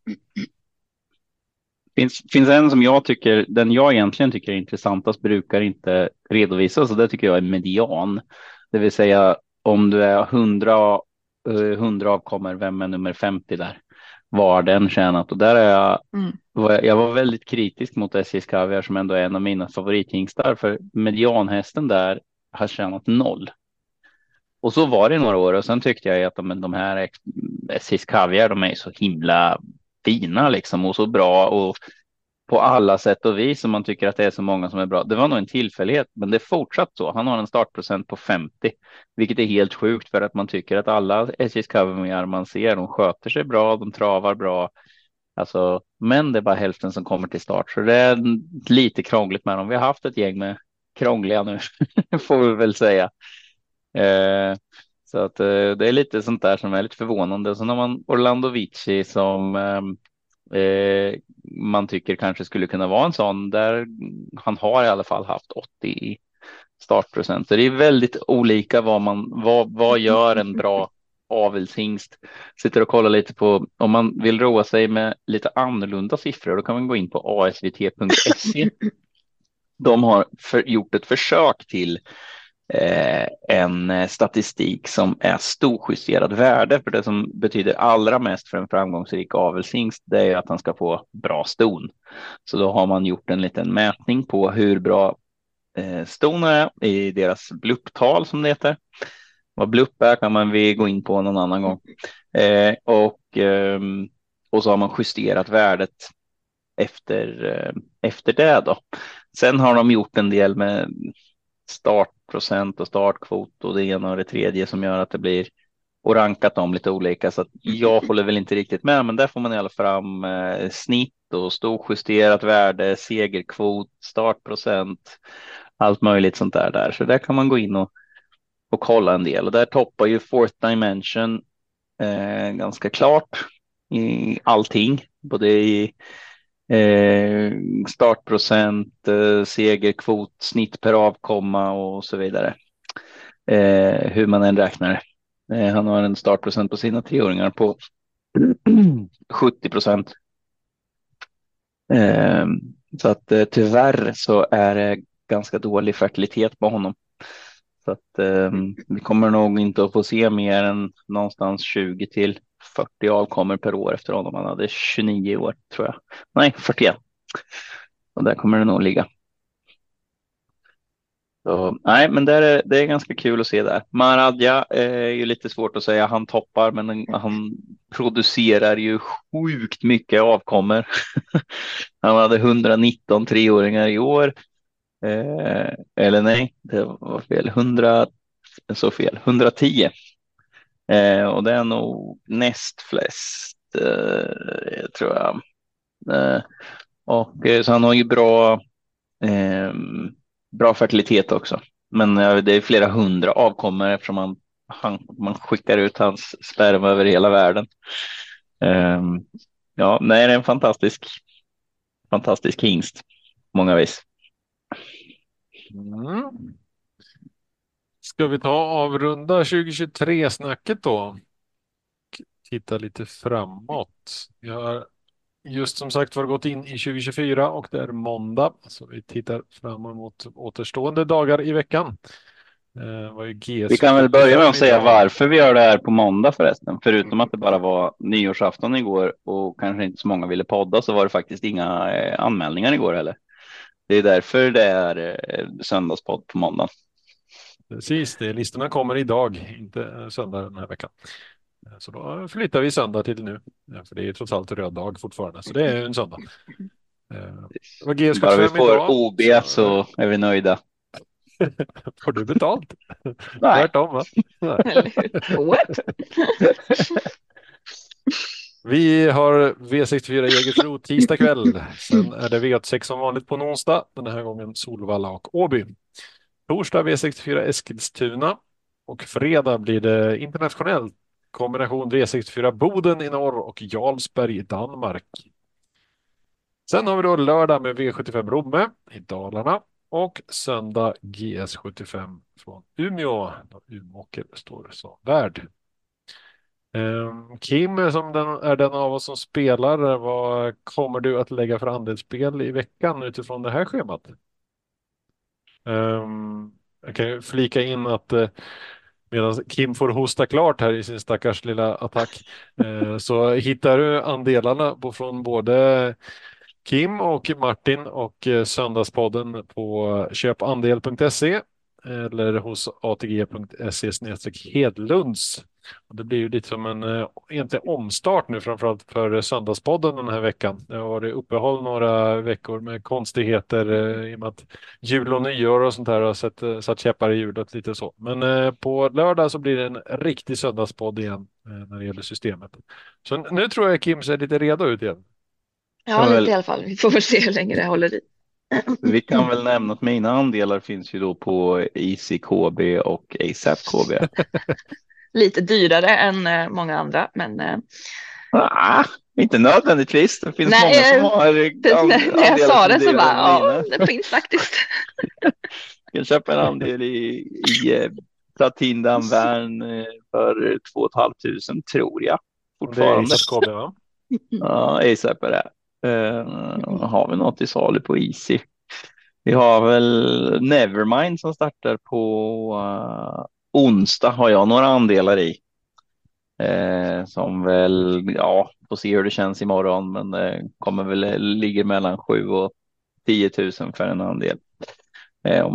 Finns, finns en som jag tycker, den jag egentligen tycker är intressantast, brukar inte redovisas, och det tycker jag är median. Det vill säga om du är hundra, eh, hundra avkommor, vem är nummer femtio där? Vad har den tjänat? Och där är jag, Mm. var- jag var väldigt kritisk mot S J:s Caviar som ändå är en av mina favorithingstar, för medianhästen där har tjänat noll. Och så var det några år, och sen tyckte jag att de, de här ex- S J:s Caviar, de är så himla fina liksom och så bra och på alla sätt och vis, som man tycker att det är så många som är bra. Det var nog en tillfällighet, men det är fortsatt så. Han har en startprocent på femtio, vilket är helt sjukt, för att man tycker att alla S J:s Caviar man ser, de sköter sig bra, de travar bra. Alltså, men det är bara hälften som kommer till start, så det är lite krångligt med dem. Vi har haft ett gäng med krångliga nu, får vi väl säga. Eh, så att eh, det är lite sånt där som är lite förvånande. Så när man Orlando Vici som eh, eh, man tycker kanske skulle kunna vara en sån, där han har i alla fall haft åttio i startprocent. Så det är väldigt olika vad man, vad, vad gör en bra avelshingst. Sitter och kollar lite på, om man vill roa sig med lite annorlunda siffror, då kan man gå in på a s v t punkt se. De har för, gjort ett försök till Eh, en statistik som är storjusterad värde, för det som betyder allra mest för en framgångsrik avelshingst, det är att han ska få bra ston. Så då har man gjort en liten mätning på hur bra eh, ston är i deras blupptal, som det heter. Vad blupp är kan man vi gå in på någon annan gång. Eh, och, ehm, och så har man justerat värdet efter, eh, efter det då. Sen har de gjort en del med startprocent och startkvot och det ena och det tredje som gör att det blir och rankat dem lite olika. Så att jag håller väl inte riktigt med, men där får man i alla fall fram eh, snitt och storjusterat värde, segerkvot, startprocent, allt möjligt sånt där där. Så där kan man gå in och, och kolla en del och där toppar ju Fourth Dimension eh, ganska klart i allting, både i eh, startprocent, eh, segerkvot, snitt per avkomma och så vidare. Eh, hur man än räknar det. Eh, han har en startprocent på sina treåringar på sjuttio procent. Eh, så att eh, tyvärr så är det ganska dålig fertilitet på honom. Så att eh, vi kommer nog inte att få se mer än någonstans tjugo till fyrtio avkommor per år efter honom. Han hade tjugonio år tror jag. Nej, fyrtioett. Och där kommer det nog ligga. Så, nej, men det är, det är ganska kul att se där. Maradja är ju lite svårt att säga. Han toppar, men han producerar ju sjukt mycket avkommor. Han hade etthundranitton treåringar i år. Eh, eller nej, det var fel. hundra, så fel. etthundratio. Eh, och det är nog näst flest, eh, tror jag. Eh, och eh, så han har ju bra, eh, bra fertilitet också. Men eh, det är flera hundra avkommor eftersom man, han, man skickar ut hans sperma över hela världen. Eh, ja, nej, det är en fantastisk, fantastisk hingst på många vis. Mm. Ska vi ta avrunda tjugohundratjugotre-snacket då? Titta lite framåt. Vi har just som sagt var gått in i tjugohundratjugofyra och det är måndag. Så vi tittar fram emot återstående dagar i veckan. Eh, var ju G S Vi kan väl börja med att säga idag. varför vi gör det här på måndag förresten. Förutom att det bara var nyårsafton igår och kanske inte så många ville podda så var det faktiskt inga eh, anmälningar igår heller. Det är därför det är eh, söndagspodd på måndag. Precis, det. Listorna kommer idag, inte eh, söndag den här veckan. Eh, Så då flyttar vi söndag till nu. Eh, För det är trots allt röd dag fortfarande, så det är en söndag. Eh, Det var G S Bara vi sjuttiofem får idag. O B så är vi nöjda. Får du betalt? Nej. Tvärtom va? Nej. Eller hur? What? Vi har V sextiofyra Jägersro tisdag kväll. Sen är det V åttiosex som vanligt på en onsdag. Den här gången Solvalla och Åby. Torsdag V sextiofyra Eskilstuna. Och fredag blir det internationellt kombination V sextiofyra Boden i norr och Jarlsberg i Danmark. Sen har vi då lördag med V sjuttiofem Romme i Dalarna. Och söndag G S sjuttiofem från Umeå. Umeåker står som värd. Ehm, Kim, som den, är den av oss som spelar, vad kommer du att lägga för andelsspel i veckan utifrån det här schemat? Ehm, jag kan ju flika in att eh, medan Kim får hosta klart här i sin stackars lilla attack eh, så hittar du andelarna på, från både Kim och Martin och eh, Söndagspodden på köpandel punkt se eller hos atg punkt se hedlunds. Och det blir ju lite som en eh, egentligen omstart nu framförallt för Söndagspodden den här veckan. Det har varit uppehåll några veckor med konstigheter eh, i och med att jul och nyår och sånt här har sett, eh, satt käppar i hjulet lite så. Men eh, på lördag så blir det en riktig söndagspodd igen eh, när det gäller systemet. Så nu tror jag Kim ser lite redo ut igen. Ja, lite i alla fall. Vi får väl se hur länge det håller i. Vi kan väl nämna att mina andelar finns ju då på I C K B och ASAP K B. Lite dyrare än eh, många andra, men eh, Ah, inte nödvändigtvis. Det finns Nej, många som har precis, an- när, när jag andelar sa som det så delar bara, med ja, mina. det finns faktiskt. Jag kan köpa en andel i, i eh, Platindammvärn eh, för två tusen femhundra tror jag Det är fortfarande. ASAP K B va? Ja, ASAP är det. Uh, har vi något i salu på Easy? Vi har väl Nevermind som startar på uh, onsdag har jag några andelar i. Eh, som väl, ja, får se hur det känns imorgon, men eh, kommer väl ligger mellan sju och tio tusen för en andel. Eh, om man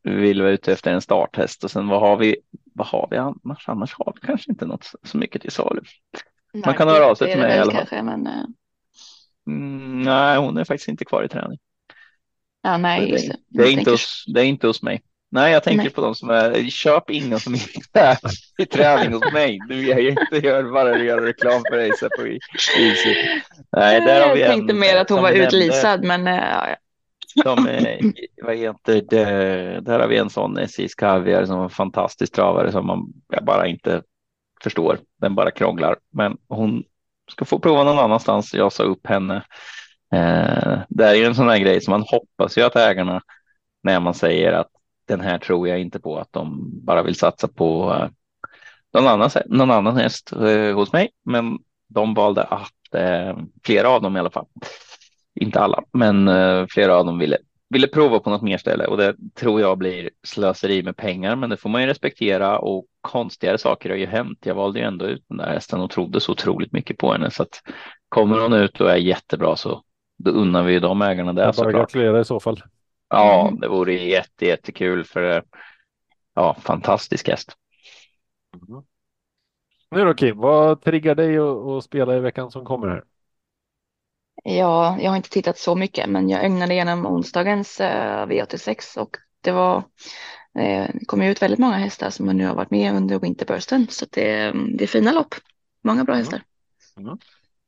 vill vara ute efter en starthäst. Och sen vad har vi, vad har vi annars? Annars har vi kanske inte något så mycket till salu. Man kan höra av sig Det är till det mig i väl alla fall. kanske, men eh, Mm, nej, hon är faktiskt inte kvar i träning. ja, Så nej, det, just är, det. det, är Jag inte tänker, hos, det är inte hos mig. Nej, jag tänker nej. på de som är, köp ingen som inte är i träning hos mig. Nu vill jag ju inte göra, bara göra reklam för Eisa på Easy. Nej, där har vi Jag tänkte en, mer eh, att hon som var vi nämnde, utlisad, men eh, ja, ja. som, eh, vad heter det, där har vi en sån S J:s Kaviar som är en fantastisk travare som man jag bara inte förstår. Den bara krånglar, men hon ska få prova någon annanstans. Jag sa upp henne. Eh, det är ju en sån här grej som man hoppas ju att ägarna, när man säger att den här tror jag inte på, att de bara vill satsa på eh, någon annan, någon annan häst eh, hos mig. Men de valde att, eh, flera av dem i alla fall, inte alla, men eh, flera av dem ville, ville prova på något mer ställe och det tror jag blir slöseri med pengar, men det får man ju respektera och konstigare saker har ju hänt. Jag valde ju ändå ut den där hästen och trodde så otroligt mycket på henne så att kommer hon ut och är jättebra så då unnar vi ju de ägarna det Jag bara såklart. gratulerar i så fall. Ja, Mm. det vore jätte, jättekul för ja, fantastisk häst. Mm. Nu då Kim, vad triggar dig att, att spela i veckan som kommer här? Ja, jag har inte tittat så mycket, men jag ögnade igenom onsdagens eh, V åttiosex och det var eh, det kom ut väldigt många hästar som nu har varit med under Winterbursten, så att det, det är fina lopp. Många bra Mm. hästar. Mm.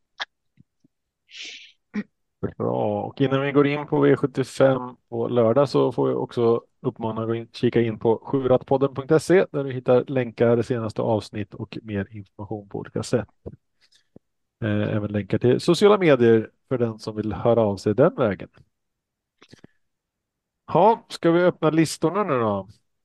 Bra, och innan vi går in på V sjuttiofem på lördag så får jag också uppmana att gå in, kika in på sjuratpodden punkt se där du hittar länkar, senaste avsnitt och mer information på olika sätt. Eh, även länkar till sociala medier för den som vill höra av sig den vägen. Ja, ska vi öppna listorna nu då?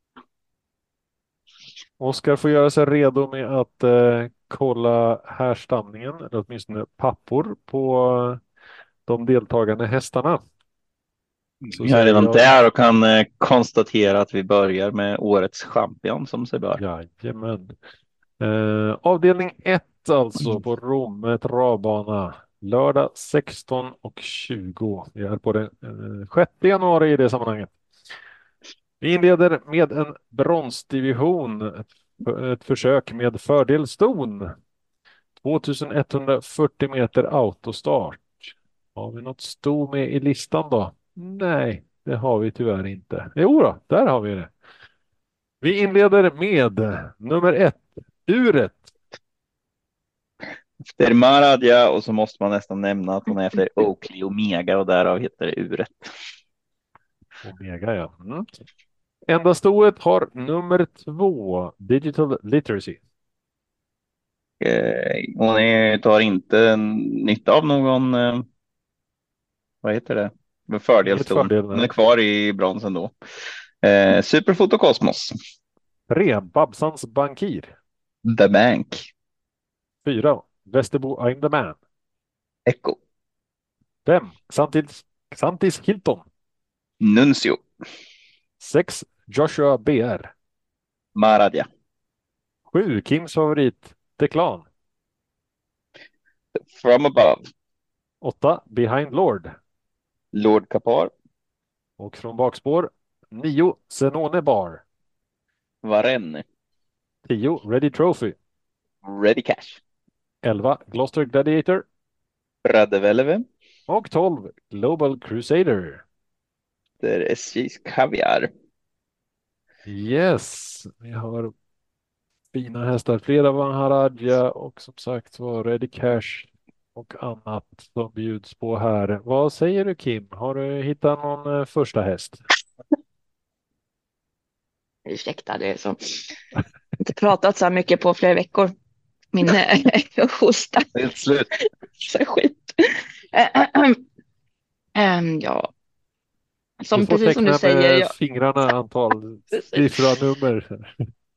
Oskar får göra sig redo med att eh, kolla härstamningen, eller åtminstone pappor på eh, de deltagande hästarna. Så Jag är säger redan jag, där och kan eh, konstatera att vi börjar med årets champion som sig bör. jajamän. Eh, avdelning ett alltså på Rom, travbana. Lördag sexton och tjugo. Vi är på den eh, sjätte januari i det sammanhanget. Vi inleder med en bronsdivision. Ett, ett försök med fördel ston. tvåtusenetthundrafyrtio meter autostart. Har vi något sto med i listan då? Nej, det har vi tyvärr inte. Jo då, där har vi det. Vi inleder med nummer ett, Uret. Efter Maradja och så måste man nästan nämna att hon är efter Oakley Omega och därav heter det Uret. Omega, ja. Mm. Enda stoet har nummer två, Digital Literacy. Eh, hon är, tar inte nytta av någon, eh, vad heter det, med fördelston. fördel, Hon är nej. kvar i bronsen då. Eh, Superfoto Cosmos. Tre, Babsans Bankir. The Bank. Fyra, Västerbo I'm the Man. Echo. Fem, Xantis, Xantis Hilton. Nuncio. Sex, Joshua B R. Maradja. Sju, Kims favorit, Declan. From Above. Åtta, Behind Lord. Lord Kapar. Och från bakspår, nio, Zenone Bar. Varenne. tio, Ready Trophy. Ready Cash. elva, Gloucester Gladiator. Radeveleve. Och tolv, Global Crusader. Det är S J:s Kaviar. Yes, vi har fina hästar. Flera Maharaja och som sagt var Ready Cash och annat som bjuds på här. Vad säger du Kim? Har du hittat någon eh, första häst? Ursäkta, det är så. Jag har inte pratat så här mycket på flera veckor. Min eh, hosta. Helt slut. Så skit. Ehm, ja. Som Du får precis som du teckna säger. med Jag, fingrarna antal precis, siffra nummer.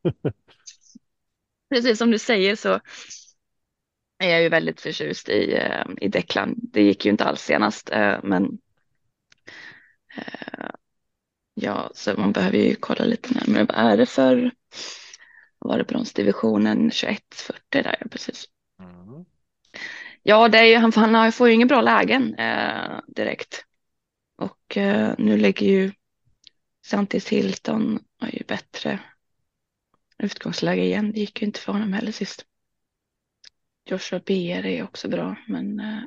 precis som du säger så är jag ju väldigt förtjust i, eh, i Declan. Det gick ju inte alls senast, eh, men eh, ja, så man behöver ju kolla lite närmare. Vad är det för, vad var det, bronsdivisionen tjugoett fyrtio där, precis. Mm. Ja, det är ju, han, han har- får ju inga bra lägen eh, direkt. Och eh, nu lägger ju Santis Hilton har ju bättre utgångsläge igen. Det gick ju inte för honom heller sist. Joshua B R är också bra, men, äh,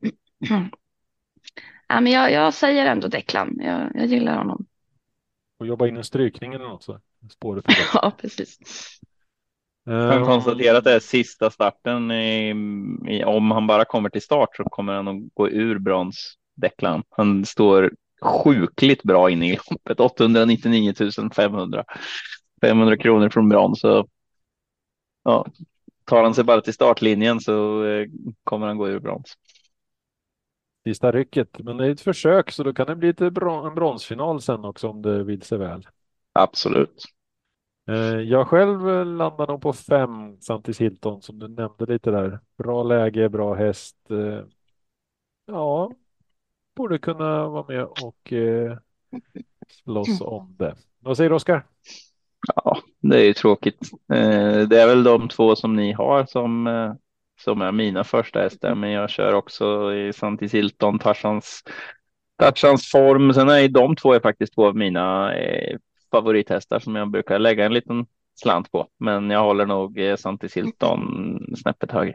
ja, men jag, jag säger ändå Declan. Jag, jag gillar honom. Och jobba in en strykning eller något så. Spåret för det. Ja, precis. Jag kan Ehm, konstatera att det är sista starten. I, i, om han bara kommer till start så kommer han att gå ur brons, Declan. Han står sjukligt bra inne i loppet. åttahundranittionio tusen femhundra. femhundra kronor från brons. Så ja, tar han sig bara till startlinjen så eh, kommer han gå ur brons. Sista rycket. Men det är ett försök så då kan det bli ett bron- en bronsfinal sen också om det vill sig väl. Absolut. Eh, Jag själv eh, landar nog på fem Santis Hilton som du nämnde lite där. Bra läge, bra häst. eh, Ja, borde kunna vara med och eh, slåss om det. Vad säger du, Oskar? Ja, det är ju tråkigt. Eh, det är väl de två som ni har som, eh, som är mina första hästar, men jag kör också i Santis Hilton, Tarzans, Tarzans form. Sen är ju de två är faktiskt två av mina eh, favorithästar som jag brukar lägga en liten slant på, men jag håller nog eh, Santis Hilton snäppet högre.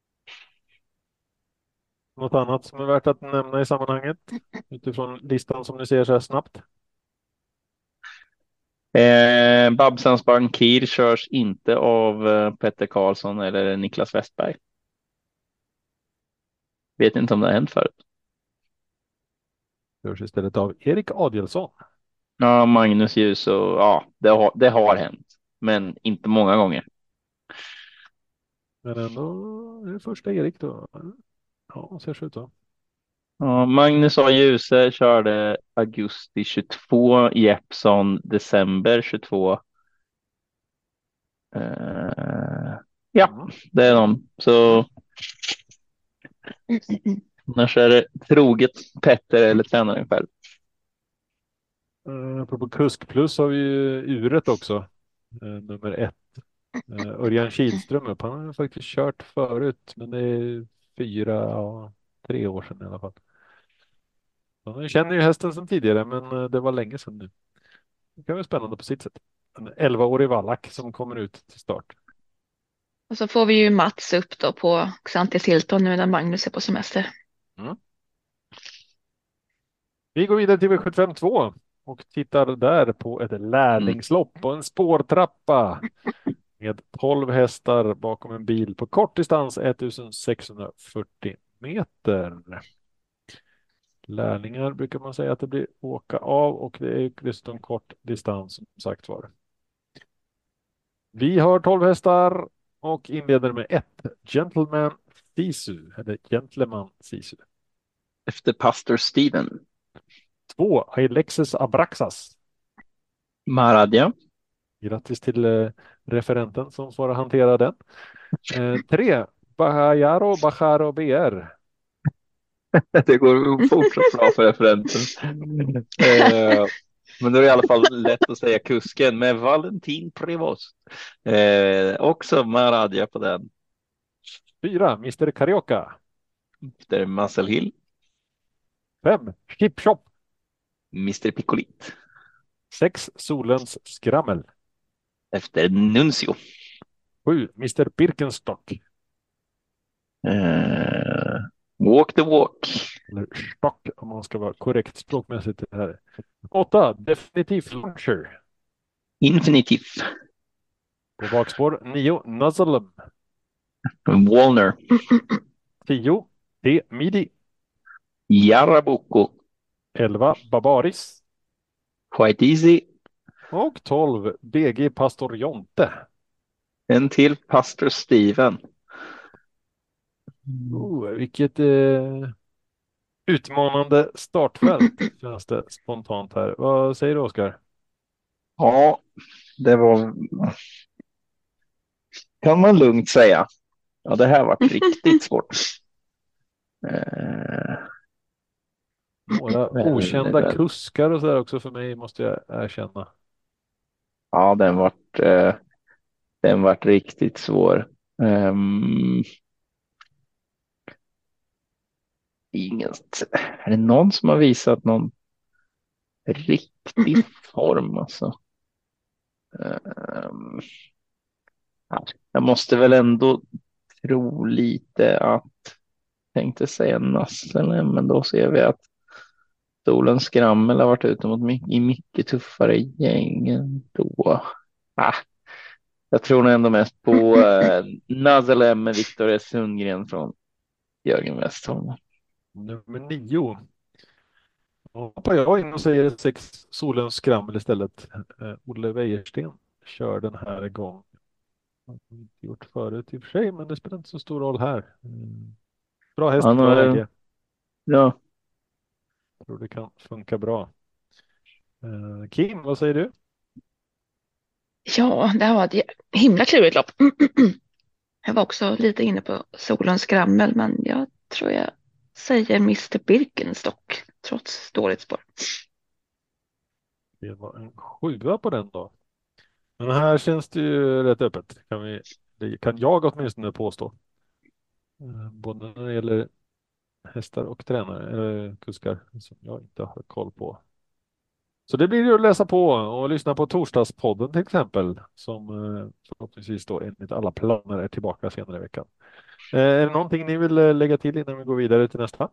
Något annat som är värt att nämna i sammanhanget utifrån listan som ni ser så här snabbt? Eh, Babsans Bankir körs inte av eh, Petter Karlsson eller Niklas Westberg. Vet inte om det har hänt förut. Görs istället av Erik Adielsson. Ja, Magnus Ljus och ja, det har, det har hänt, men inte många gånger. Men ändå är det första Erik då. Ja, ser så ut så. Ja, Magnus A. Djuse körde augusti tjugotvå, Jeppson december tjugotvå. Eh, ja, det är de. Så annars är det troget Petter eller tränaren själv. Uh, apropå Kusk Plus har vi ju uret också. Eh, nummer ett. Uh, Örjan Kihlström upp. Han har ju faktiskt kört förut, men det är fyra, ja, tre år sedan i alla fall. Han känner ju hästen sedan tidigare, men eh, det var länge sedan nu. Det kan vara spännande på sitt sätt. En elva-årig vallack som kommer ut till start. Och så får vi ju Mats upp då på Xantis Hilton nu när Magnus är på semester. Mm. Vi går vidare till V sjuttiofem två och tittar där på ett lärlingslopp och en spårtrappa med tolv hästar bakom en bil på kort distans sextonhundrafyrtio meter. Lärlingar brukar man säga att det blir åka av och det är dessutom kort distans som sagt var. Vi har tolv hästar och inleder med ett Gentleman Sisu eller Gentleman Sisu. Efter Pastor Steven. Två Alexis Abraxas. Maradja. Grattis till eh, referenten som får hantera den. Eh, tre Bajaro Bajaro B R. Det går fortsatt bra för referenten. eh, men då är det i alla fall lätt att säga kusken med Valentin Prevost. Eh, också Maradja på den. Fyra mister Carioca. Efter Muscle Hill. Fem Chip Shop. mister Piccolit. Sex Solens Skrammel. Efter Nuncio. Sju mister Birkenstock. Eh, walk the walk. Eller Stock om man ska vara korrekt språkmässigt. Här. Åtta Definitiv Launcher. Infinitiv. På bakspår nio Nuzzlem. Walner. Tio T Midi. Jarabuco. Elva Barbaris. Quite easy. Och tolv B G Pastor Jonte. En till Pastor Steven. Oh, vilket eh, utmanande startfält känns det spontant här. Vad säger du, Oskar? Ja, det var... Kan man lugnt säga. Ja, det här var riktigt svårt. Eh, Några Väldigt, okända väldigt. kuskar och så där också för mig måste jag erkänna. ja, den vart, eh, den vart riktigt svår. Um, inget. Är det någon som har visat någon riktig form alltså. Ehm, ja, jag måste väl ändå tro lite att, tänkte säga Nassele, men då ser vi att Solens skrammel har varit ute mot my- i mycket tuffare gäng då. Ah, jag tror nog ändå mest på eh, Nazalem med Viktor S. Sundgren från Jörgen Westholm. Nummer nio. Då hoppar jag in och säger sex Solens skrammel istället. Eh, Olle Wäjersten kör den här gången. Det har vi inte gjort förut i och för sig, men det spelar inte så stor roll här. Mm. Bra häst, Han bra har, läge. ja, Tror det kan funka bra. Eh, Kim, vad säger du? Ja, det här var ett jä- himla klurigt lopp. Jag var också lite inne på solens skrammel, men jag tror jag säger mister Birkenstock trots dåligt spår. Det var en sjua på den då. Men här känns det ju rätt öppet. Kan vi, det kan jag åtminstone påstå. Eh, Både när det gäller hästar och tränare, eller kuskar som jag inte har koll på. Så det blir ju att läsa på och lyssna på Torsdagspodden till exempel, som eh, förhoppningsvis då enligt alla planer är tillbaka senare i veckan. Eh, Är det någonting ni vill eh, lägga till innan vi går vidare till nästa?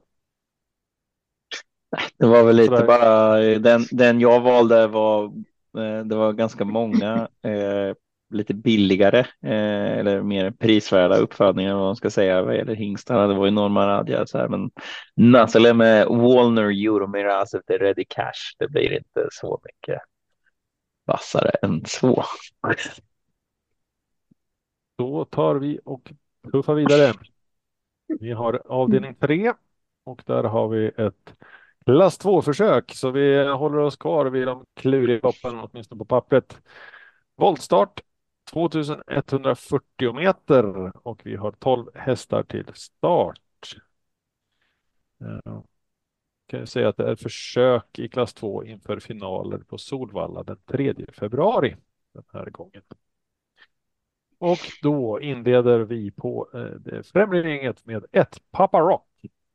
det var väl lite Sådär. bara den, den jag valde var, eh, det var ganska många eh, lite billigare eh, eller mer prisvärda uppfödningar vad man ska säga vad gäller hingstarna. Det var ju Norman Radja så här, men Nassele med Wallner Euromiraz efter Ready Cash. Det blir inte så mycket vassare än så. Då tar vi och puffar vidare. Vi har avdelning tre och där har vi ett klass två-försök, så vi håller oss kvar vid de kluriga loppen, åtminstone på pappret. Voltstart tvåtusenetthundrafyrtio meter och vi har tolv hästar till start. Eh, Kan jag säga att det är försök i klass två inför finaler på Solvalla den tredje februari den här gången. Och då inleder vi på eh, det främre gänget med ett Papa Rock.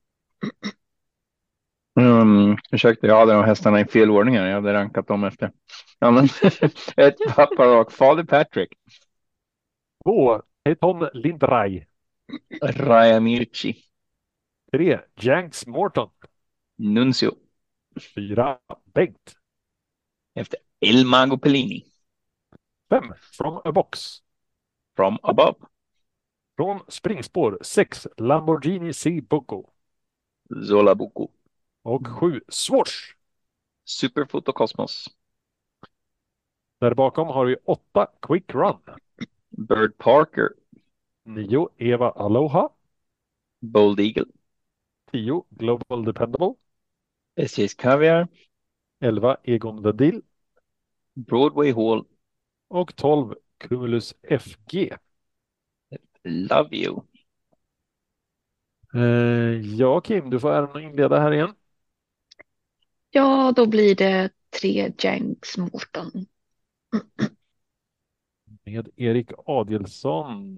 Mm, ursäkta, jag hade de hästarna i fel ordning här. Jag hade rankat dem efter. Ja, men, ett pappa Rock, Fader Patrick, Två Teton Lindray. Raya Mirchi, Tre Janks Morton. Nuncio, Fyra Bengt. efter El Mago Pellini, Fem From a Box. From Above, Från springspår sex Lamborghini C Bucco. Zola Bucco, Och sju Swoosh. Superfoto Cosmos, Där bakom har vi åtta Quick Run. Bird Parker, Nio Eva Aloha. Bold Eagle, Tio Global Dependable. S J's Caviar, Elva Egon the Deal. Broadway Hall, Och tolv Cumulus F G. Love You. Eh, ja, Kim, du får äran att inleda här igen. Ja, då blir det tre Janks Morton. Med Erik Adielsson.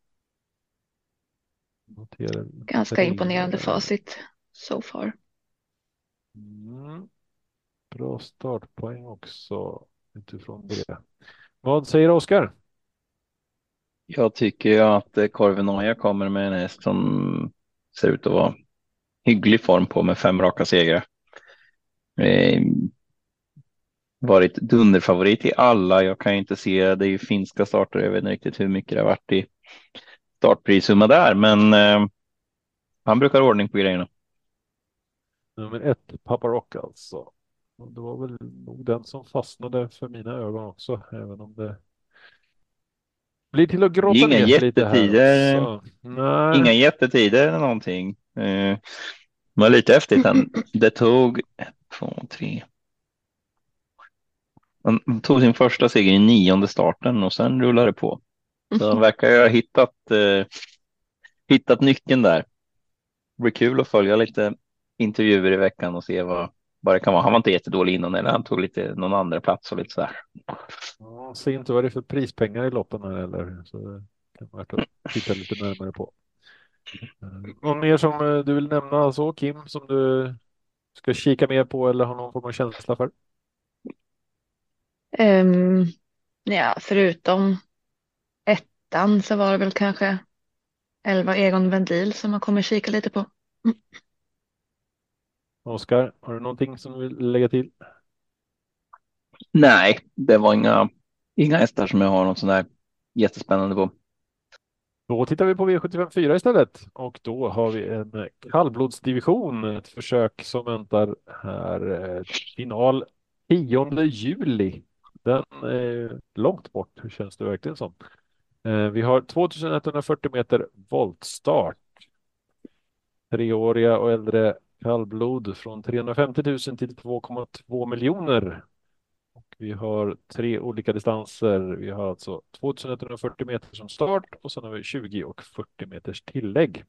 Noterar Ganska tre. imponerande facit so far. Mm. Bra startpoäng också utifrån det. Vad säger Oskar? Jag tycker ju att eh, Corvinoja kommer med en häst som ser ut att vara hygglig form på med fem raka segrar. Eh, varit dunderfavorit i alla. Jag kan ju inte se, det är ju finska starter, jag vet inte riktigt hur mycket det har varit i startprissumma där, men eh, han brukar ha ordning på grejerna. Nummer ett, Papa Rock alltså. Och det var väl nog den som fastnade för mina ögon också, även om det blir till att Det är gråta inga ner sig lite här jättetider, också. Nej. inga jättetider eller någonting. Eh, det var lite häftigt. Han, det tog ett, två, tre. Han tog sin första seger i nionde starten och sen rullade det på. Så han verkar ju ha hittat, eh, hittat nyckeln där. Det blir kul att följa lite intervjuer i veckan och se vad, vad det kan vara. Han var inte jättedålig innan eller han tog lite någon andra plats och lite sådär. Ja, se inte vad det är för prispengar i loppen här eller så det kan vara värt att titta lite närmare på. Något mer som eh, du vill nämna så Kim som du ska kika mer på eller har någon form av känsla för? Um, ja, förutom ettan så var det väl kanske elva Egon Vendil som man kommer kika lite på. Mm. Oskar, har du någonting som du vill lägga till? Nej, det var inga, inga hästar som jag har något sån där jättespännande på. Då tittar vi på V sjuttiofem fyra istället och då har vi en kallblodsdivision, ett försök som väntar här. eh, Final tionde juli. Den är långt bort, hur känns det verkligen som? Eh, Vi har tjugoetthundrafyrtio meter voltstart. Treåriga och äldre kallblod från trehundrafemtio tusen till två komma två miljoner. Och vi har tre olika distanser. Vi har alltså tjugoetthundrafyrtio meter som start och sen har vi tjugo och fyrtio meters tillägg.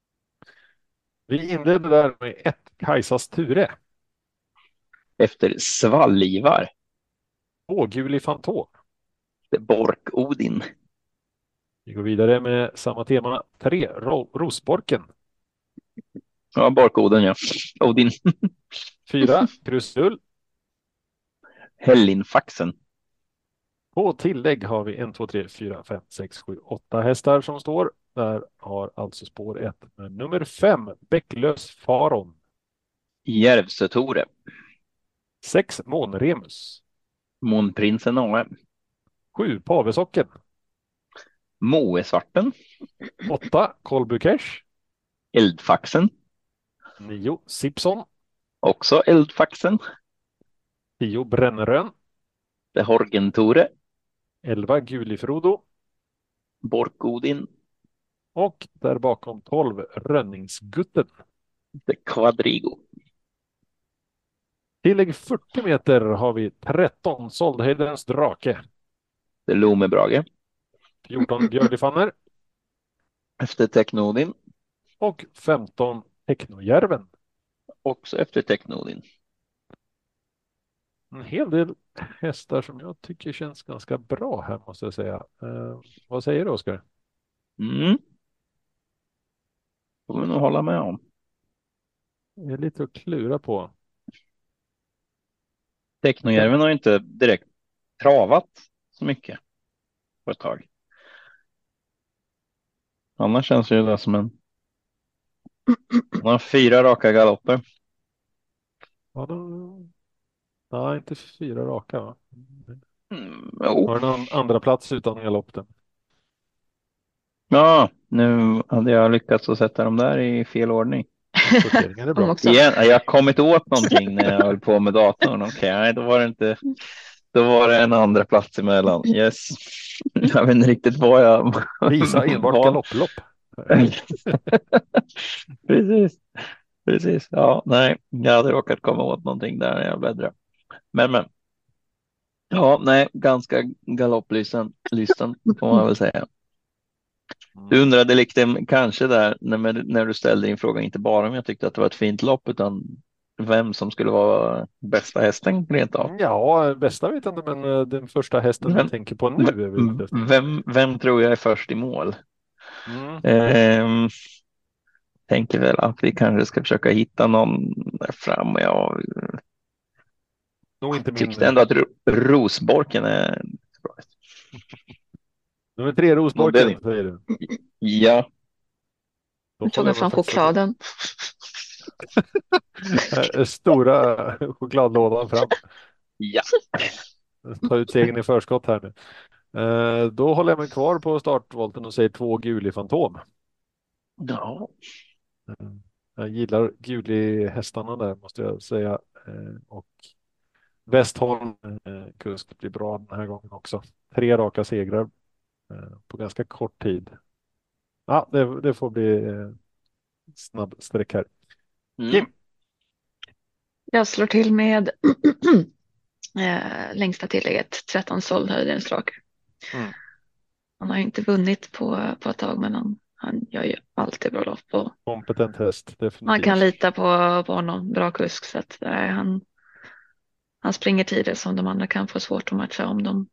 Vi inledde där med ett Kajsas Ture. Efter Svallivar, Två Guli Fantom. Bork-Odin, Vi går vidare med samma tema. Tre Ro- Rosborken. ja, Bork-Odin, ja. Odin, Fyra Krusidull. Hellinfaxen, På tillägg har vi en, två, tre, fyra, fem, sex, sju, åtta hästar som står. Där har alltså spår ett med nummer fem Bäcklös Faron. Järvsö-Tore, Sex Månremus. Månprinsen A M, Sju Pavesocken. Moesvarten, Åtta Kolbukesh. Eldfaxen, Nio Sipson. också Eldfaxen, Tio Brännerön. det Horgen-Tore, Elva Gulifrodo. Bork-Odin, Och där bakom tolv Rönningsgutten. det Quadrigo, Tillägg fyrtio meter har vi tretton Soldhöjdens drake. det Lomebrage, fjorton Björlifanner. efter Teknodin, Och femton Technojärven. också efter Teknodin. En hel del hästar som jag tycker känns ganska bra här måste jag säga. Eh, vad säger du Oskar? Mm. Får vi nog hålla med om. Det är lite att klura på. Teknojärven har ju inte direkt travat så mycket på ett tag. Annars känns ju det som en... Han har fyra raka galopper. Ja, då... Nej, inte fyra raka va? Mm, jo. Har en an- andra plats utan galopp den. Ja, nu hade jag lyckats att sätta dem där i fel ordning. Sorteringen är De bra. också. Igen, jag har kommit åt någonting när jag höll på med datorn. Okej, nej, då var det inte... Då var det en andra plats emellan. Yes. Jag vet inte riktigt vad jag... Visa enbart vad- galopplopp. Precis. Precis. Ja, nej, jag hade råkat komma åt någonting där när jag bläddrade. Men, men. Ja, nej, ganska galopplysten, lysten får man väl säga. Du undrade liksom kanske där när, när du ställde din fråga, inte bara om jag tyckte att det var ett fint lopp, utan vem som skulle vara bästa hästen rent av. Ja, bästa vet jag inte, men eh, den första hästen Vem- jag tänker på nu är vi ute efter. Vem, vem tror jag är först i mål? Mm. Ehm, tänker väl att vi kanske ska försöka hitta någon där fram. Jag Nog inte min. tyckte ändå att Ro- Rosborken är bra. Nummer tre, Rosborken, Modell. säger du. Ja, Då Nu tog håller jag fram faktiskt- chokladen. Eh, Stora chokladlådan fram. ja. Ta ut segern i förskott här nu. Eh, Då håller jag mig kvar på startvolten och säger två Guli Fantom. Ja. Jag gillar Guli-hästarna där måste jag säga. Eh, Och Westholm eh, kusk blir bra den här gången också. Tre raka segrar eh, på ganska kort tid. Ja, det, det får bli eh, snabb sträck här. Mm. Kim. Jag slår till med eh, längsta tillägget, tretton Soldhöjdens drake. Mm. Han har ju inte vunnit på, på ett tag, men han, han gör ju alltid bra lopp och Kompetent häst, definitivt. man kan lita på, på honom. Bra kusk, så att, eh, han, han springer tider som de andra kan få svårt att matcha om de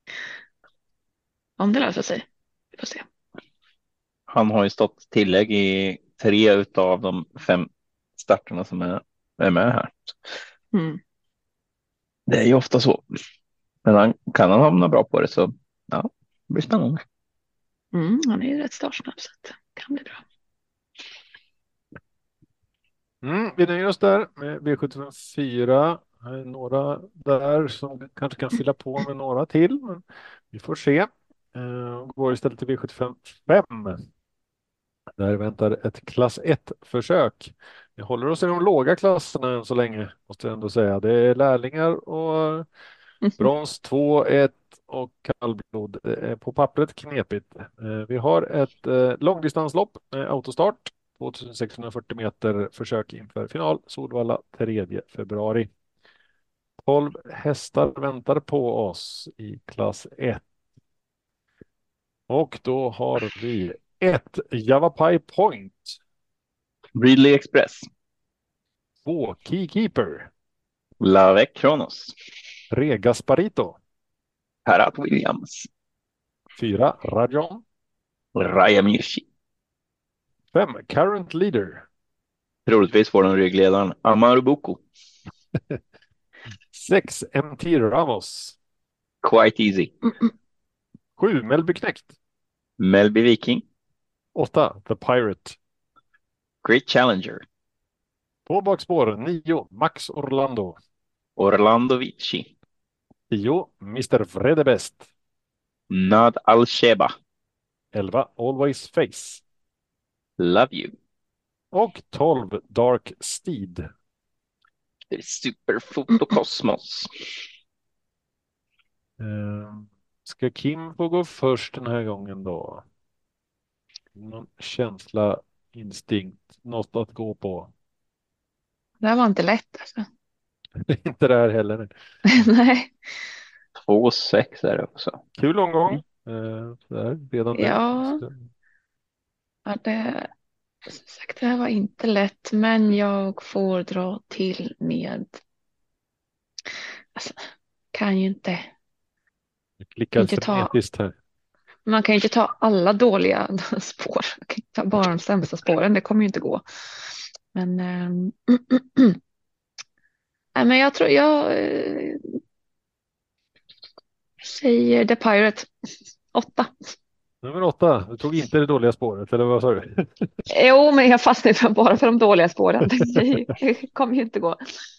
om det löser sig. Vi får se. Han har ju stått tillägg i tre utav de fem starterna som är, är med här. Mm. Det är ju ofta så. Men han, kan han hamna bra på det så ja, det blir spännande. Mm, han är ju rätt startsnabb så att det kan bli bra. Mm, vi nöjer oss där med V sjuttiofem fyra. Några där som kanske kan fylla på med några till. Men vi får se. Uh, går istället till V sjuttiofem fem. Där väntar ett klass ett-försök. Vi håller oss i de låga klasserna än så länge, måste jag ändå säga. Det är lärlingar och brons två, ett och kallblod. Det är på pappret knepigt. Eh, Vi har ett eh, långdistanslopp med autostart. tvåtusensexhundrafyrtio meter försök inför final. Solvalla tredje februari. tolv hästar väntar på oss i klass ett. Och då har vi ett Javapai Point. Ridley Express. Två Keykeeper. Lave Kronos. Tre Gasparito. Parat Williams. Fyra Rajon. Raya Mirchi. Fem Current Leader. Troligtvis får den ryggledaren Amaru Boko. Sex M T Ramos. Quite easy. Sju Melby Knekt. Melby Viking. Åtta The Pirate. Great Challenger. På bakspår nio Max Orlando. Orlando Vici. tio mister Vredebest. Nad Al-Sheba. elva Always Face. Love you. Och tolv Dark Steed. Det är Superfoto Cosmos. Eh, ska Kim få gå först den här gången då? Någon känsla, instinkt, något att gå på. Det här var inte lätt alltså. Inte det här heller. Nej. Två sex är det också. Kul omgång. Eh, sådär, redan nu. Ja. Ja, det, som sagt, det här var inte lätt, men jag får dra till med. Alltså, kan ju inte. Jag klickar Inte ta- frenetiskt här. Man kan ju inte ta alla dåliga spår. Man kan inte ta bara de sämsta spåren. Det kommer ju inte gå. Men, ehm, nej, men jag tror jag eh, säger The Pirate. Åtta. Nummer åtta. Du tog inte det dåliga spåret, eller vad sa du? Jo, men jag fastnar för, bara för de dåliga spåren. Det kommer ju inte gå.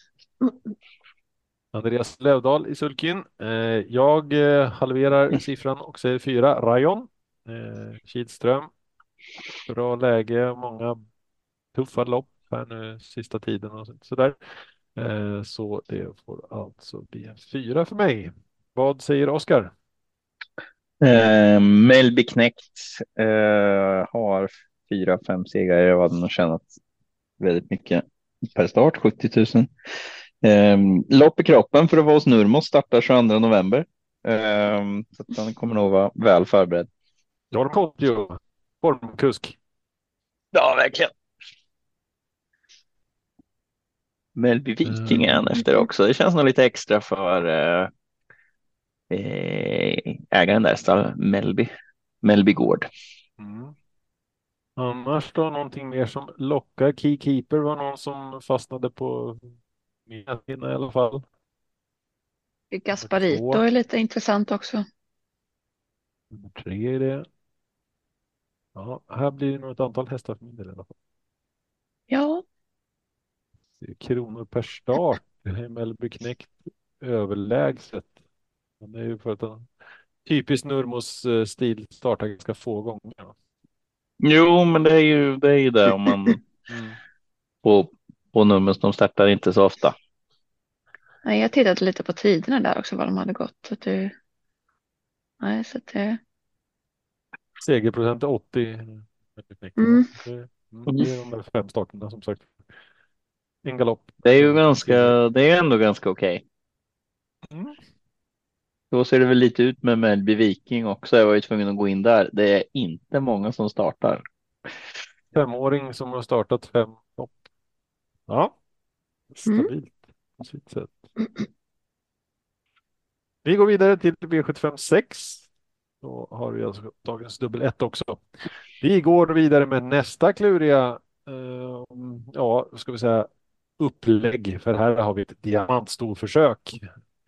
Andreas Lövdahl i sulkin. Eh, jag eh, halverar siffran och säger fyra. Rayon. Eh, Kidström. Bra läge, många tuffa lopp här nu sista tiden och sådär. Eh, så det får alltså bli en fyra för mig. Vad säger Oskar? Eh, Melby Knekt eh, har fyra, fem segrar. Jag hade nog tjänat väldigt mycket per start, sjuttio tusen. Eh, lopp i kroppen för att vara hos Nurmos startar tjugoandra november. Eh, så att han kommer nog vara väl förberedd. Jan Kottio, formkusk. Ja, verkligen. Melby Viking är han efter också. Det känns nog lite extra för eh, eh, ägaren där, stall Melby. Melby Gård. Mm. Annars då någonting mer som lockar. Keykeeper var någon som fastnade på min i alla fall. Gasparito är lite intressant också. Nummer tre är det. Ja, här blir det nog ett antal hästar för min del i alla fall. Ja, Det är kronor per start. Melby Knekt överlägset. Men det är ju för att han typiskt Nurmos eh, stil startar ganska få gånger. Ja. Jo, men det är ju det, är ju det om man Mm. på, på Nurmos, de startar inte så ofta. nej, jag tittade lite på tiderna där också, vad de hade gått. Så att det, nej, så att det, Segerprocent är åttio. Mm. Det, mm, det är de där fem starterna som sagt. En galopp. Det är ju ganska, det är ändå ganska okej. Mm. Då ser det väl lite ut med Melby Viking också. Jag var ju tvungen att gå in där. Det är inte många som startar. Femåring som har startat fem lopp. Ja, stabilt på sitt sätt. Vi går vidare till V sjuttiofem sex. Då har vi alltså dagens dubbel ett också. Vi går vidare med nästa kluriga, eh, ja, ska vi säga upplägg. För här har vi ett diamantstorförsök.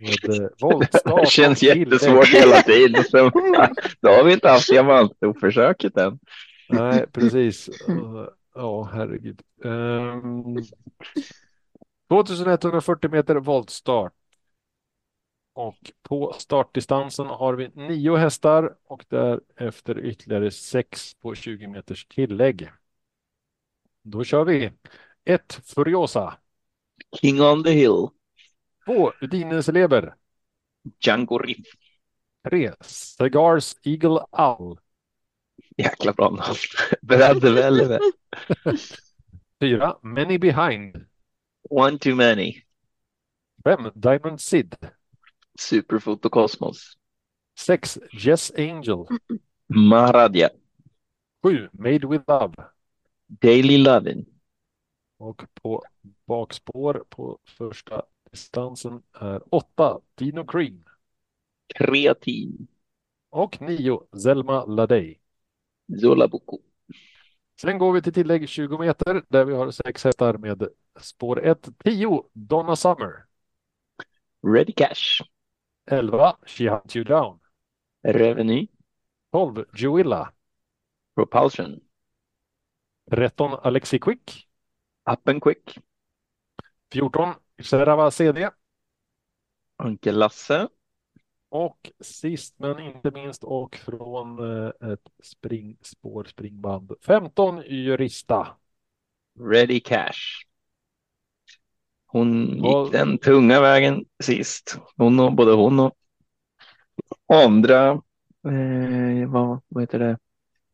med eh, voltstart Det känns och tillägg. jättesvårt hela tiden. Så, då har vi inte haft diamantstorförsöket än. Nej, precis. Uh, Ja, herregud. Um, tjugoetthundrafyrtio meter voltstart. Och på startdistansen har vi nio hästar och därefter ytterligare sex på tjugo meters tillägg. Då kör vi. ett Furiosa. King on the hill. två Udinese Leber. Django Riff. tre Cigars Eagle Owl. Jäkla bra namn. Brad Velvet. fyra Many Behind. One too many. fem Diamond Sid. Superfoto Cosmos. sex Jess Angel. Maradja. sju Made with Love. Daily Lovin. Och på bakspår på första distansen är åtta Dino Cream. Kreativ. Och nio Zelma Ladej. Zola Boko. Sen går vi till tillägg tjugo meter där vi har sex hästar med spår ett. tio Donna Summer. Ready Cash. elva She Hunt You Down. Reveny. tolv Juilla. Propulsion. tretton Alexi Quick. Up and Quick. fjorton Xerava C D. Onkel Lasse. Och sist men inte minst och från eh, ett springspår springband. femton Jurista. Ready Cash. Hon gick Och- den tunga vägen sist. Hon och, både hon och andra, eh, vad, vad heter det?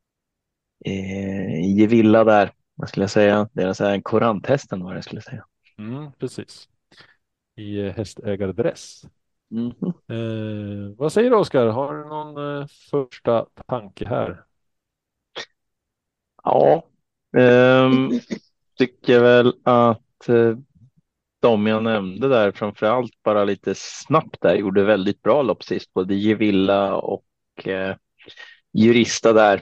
Eh, Gevilla där, vad skulle jag säga? Deras här koranthästen var det jag skulle säga. Mm, precis. I eh, hästägardress. Mhm. Eh, vad säger du Oskar? Har du någon eh, första tanke här? Ja, ehm, tycker väl att eh, de jag nämnde där framförallt bara lite snabbt där gjorde väldigt bra lopp sist. Både Gevilla och eh, Jurista där.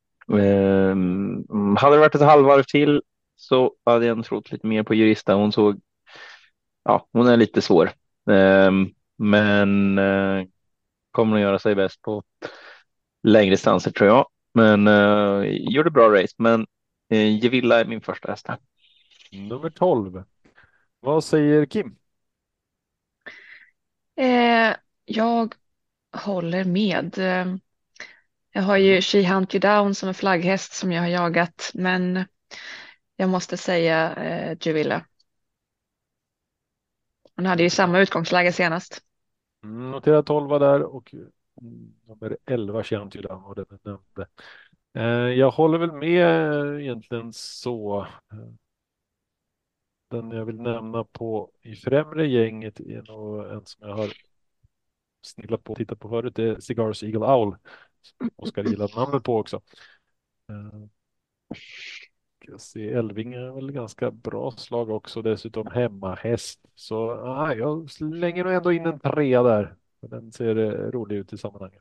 Ehm, hade det varit ett halvvarv till så hade jag trott lite mer på Jurista. Hon såg, ja, hon är lite svår. Ehm, men eh, kommer att göra sig bäst på längre distanser tror jag. Men eh, gjorde bra race. Men eh, Gevilla är min första häst. Nummer tolv. Vad säger Kim? Eh, jag håller med. Eh, Jag har ju She Hunt You Down som en flagghäst som jag har jagat, men jag måste säga eh, Juvilla. Hon hade ju samma utgångsläge senast. Mm, notera tolv där och mm, nummer elva Chianti där var det jag nämnde. Eh, jag håller väl med eh, egentligen så. Eh, Den jag vill nämna på i främre gänget är nog en som jag har snillat på och tittat på förut. Det är Cigars Eagle Owl. Som Oskar gillar namnet på också. Eh, jag ser Elving är väl ganska bra slag också. Dessutom hemmahäst. Så ah, jag slänger nog ändå in en trea där. Den ser eh, rolig ut i sammanhanget.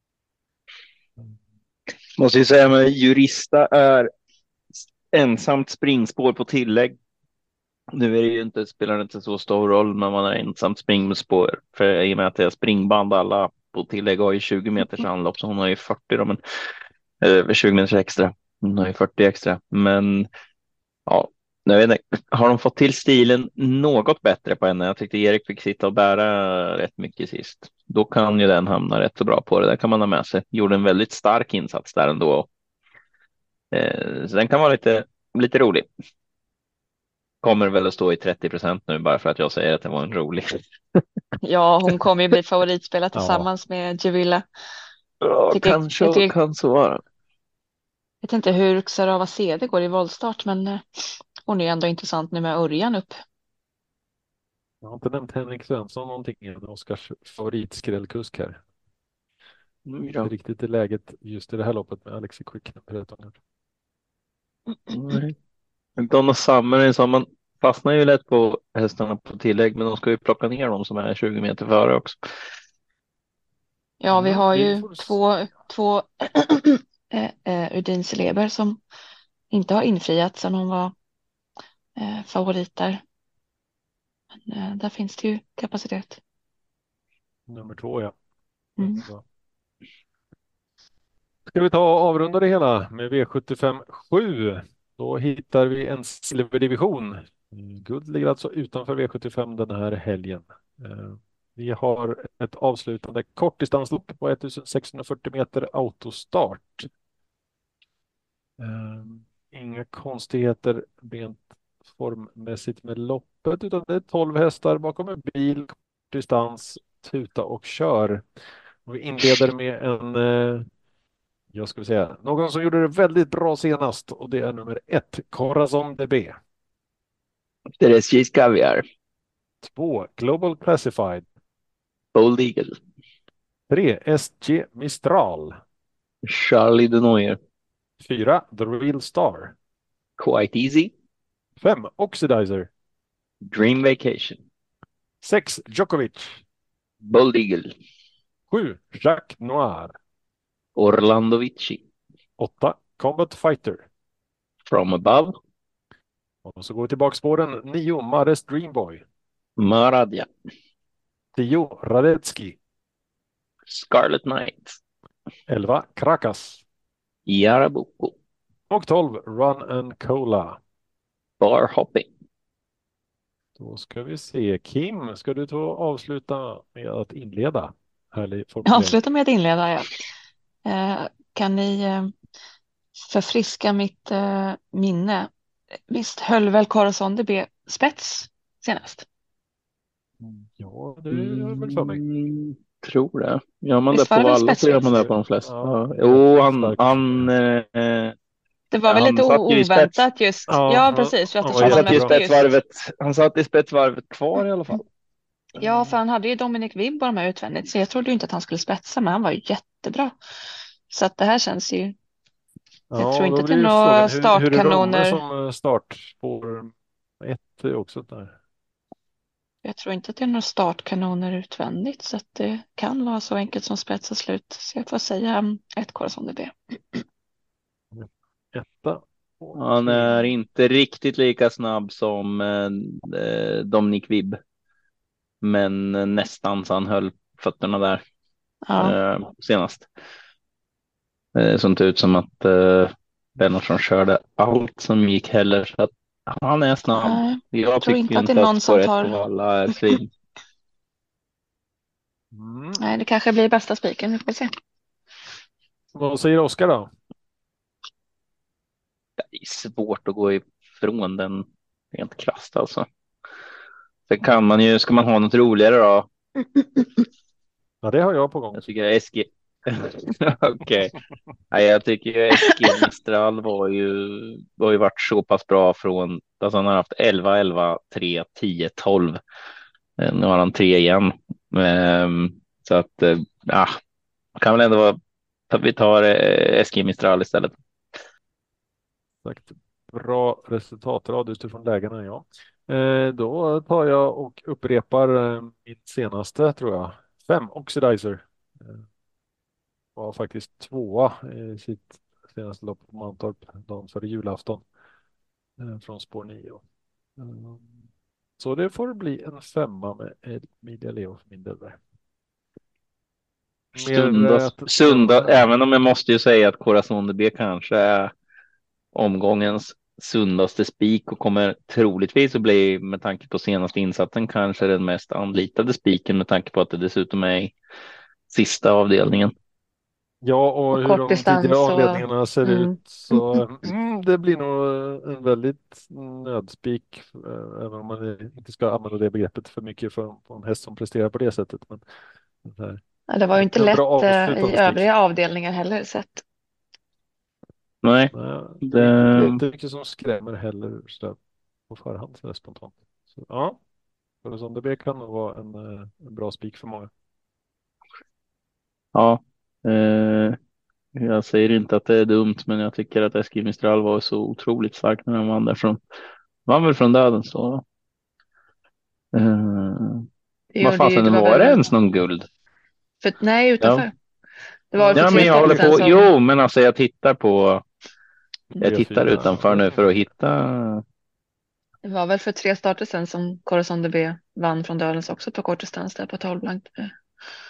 Måste ju säga med Jurista är ensamt springspår på tillägg. Nu är det ju inte, spelar det inte så stor roll när man är ensamt springspår. För i och med att det är springband alla på tillägg har ju tjugo meters anlopp så hon har ju fyrtio då, men över tjugo meters extra. Hon har ju fyrtio extra. Men ja, jag vet inte, har de fått till stilen något bättre på henne? Jag tyckte Erik fick sitta och bära rätt mycket sist. Då kan ju den hamna rätt så bra på det. Där kan man ha med sig. Gjorde en väldigt stark insats där ändå. Eh, så den kan vara lite, lite rolig. Kommer väl att stå i trettio procent nu bara för att jag säger att det var en rolig. Ja, hon kommer ju bli favoritspelare Ja. tillsammans med Juvilla. Ja, Tycker- kanske jag tycker- kan så vara. Jag vet inte hur Xarava C D går i voltstart, men eh, hon är ju ändå intressant nu med Örjan upp. Jag har inte nämnt Henrik Svensson någonting än. Oskars favoritskrällkusk här. Mm, Inte riktigt i läget just i det här loppet med Alexi Quick. nummer tretton. Nej. Donna Summer är så man fastnar ju lätt på hästarna på tillägg, men de ska ju plocka ner dem som är tjugo meter före också. Ja, vi Mm, har vi ju får s- två, två eh, eh, Udin Celeber som inte har infriat sen hon var eh, favorit där. Men, eh, där finns det ju kapacitet. Nummer två, ja. Mm. Bra. Ska vi ta och avrunda det hela med V sjuttiofem sju. Då hittar vi en silverdivision. Guld ligger alltså utanför V sjuttiofem den här helgen. Eh, Vi har ett avslutande kortdistanslopp på sextonhundrafyrtio meter autostart. Eh, Inga konstigheter rent formmässigt med loppet, utan det är tolv hästar bakom en bil, distans, tuta och kör. Och vi inleder med en, eh, jag skulle säga, någon som gjorde det väldigt bra senast, och det är nummer ett, Corazon D B. Teresjis Caviar. Två, Global Classified. Bold Eagle. Tre, S G Mistral. Charlie de Noyer. Fyra, The Real Star. Quite Easy. Fem, Oxidizer. Dream Vacation. Sex, Djokovic. Bold Eagle. Sju, Jacques Noir. Orlando Vici. Åtta, Combat Fighter. From Above. Och så går vi tillbaka spåren. Nio, Mares Dreamboy. Maradja. Tio, Radetzky. Scarlet Knight. Elva, Krakas. Jarabuco. Och tolv, Run and Cola. Bar Hopping. Då ska vi se. Kim, ska du ta och avsluta med att inleda? Härlig Jag formulering. avslutar med att inleda. Ja. Eh, kan ni eh, förfriska mitt eh, minne? Visst höll väl Corazon D B spets senast? Ja, det är väl för mig. Mm, tror det. Gör man Visst det på var det väl Valla så gör man det spetsrätt? på de flesta. Ja, Ja. Jo, rätt han, stark. han, eh, Det var väl Han lite satt ju i spets. oväntat just. Ja, Ja, han- precis. För han var eftersom han han satt i jättebra. mötte just. spetsvarvet. Han satt i spetsvarvet kvar i alla fall. Ja, för han hade ju Dominic Wibborn med utvändigt. Så jag trodde ju inte att han skulle spetsa, men han var ju jättebra. Så att det här känns ju. Jag tror inte då att det är blir några frågan, hur, hur är Romme startkanoner. som eh, startspår ett är också där. Jag tror inte att det är några startkanoner utvändigt. Så att det kan vara så enkelt som spets och slut. Så jag får säga um, ett Corazon D B. Etta. Han är inte riktigt lika snabb som eh, Dominic Vibb. Men eh, nästan, så han höll fötterna där Ja, eh, senast. Det såg ut som att eh, Lennartsson körde allt som gick heller. Så att han är snabb. nej. Jag tror tycker inte att det är inte någon att som spår ett tar- på Valla är svin. Mm. Nej, det kanske blir bästa spiken. Vi får se. Vad säger Oskar då? Det är svårt att gå ifrån den rent krasst alltså. Sen kan man ju, ska man ha något roligare då? Ja, det har jag på gång. Jag tycker S G. Okej. Nej, jag tycker ju S G Mistral var ju, var ju varit så pass bra från, alltså han har haft elva, elva, tre, tio, tolv. Eh, Nu har han tre igen. Ehm, Så att, eh, ja, kan väl ändå vara, vi tar eh, S G Mistral istället. Sagt. Bra resultatrad utifrån lägena, ja. Eh, då tar jag och upprepar eh, mitt senaste, tror jag. Fem, Oxidizer. Eh, var faktiskt tvåa i sitt senaste lopp på Mantorp dagen före julafton. Eh, från spår nio. Eh, så det får bli en femma med Emilia Leo för min del där. Sunda, eh, att- sunda, även om jag måste ju säga att Corazon D B kanske är omgångens sundaste spik och kommer troligtvis att bli, med tanke på senaste insatsen, kanske den mest anlitade spiken med tanke på att det dessutom är i sista avdelningen. Ja, och, Och hur de kortdistans tidigare och- avledningarna ser mm. ut, så mm, det blir nog en väldigt nödspik, eh, även om man inte ska använda det begreppet för mycket för, för en häst som presterar på det sättet. Men det, här, Ja, det var ju inte En lätt bra eh, avslutande i stick. övriga avdelningar heller. Så att, Nej, nej, Det- det är inte mycket som skrämmer heller så där, på förhand så där spontant. Så, ja, Corazon D B kan nog vara en, eh, en bra spik för många. ja. Eh, jag säger inte att det är dumt, men jag tycker att S G Mistral var så otroligt stark när han vann därifrån. Vann väl från döden så. Eh, det vad gjorde fasen, ju- var, väl- det ens någon guld? För, nej, utanför. Det var för Ja, tre men jag starter håller sen på. som- Jo, men alltså jag tittar på. Jag tre, tittar fyra, utanför jag nu vet för att inte. hitta. Det var väl för tre starter sen som Corazon D B vann från Dölens också på kortdistans där på tolv blankt.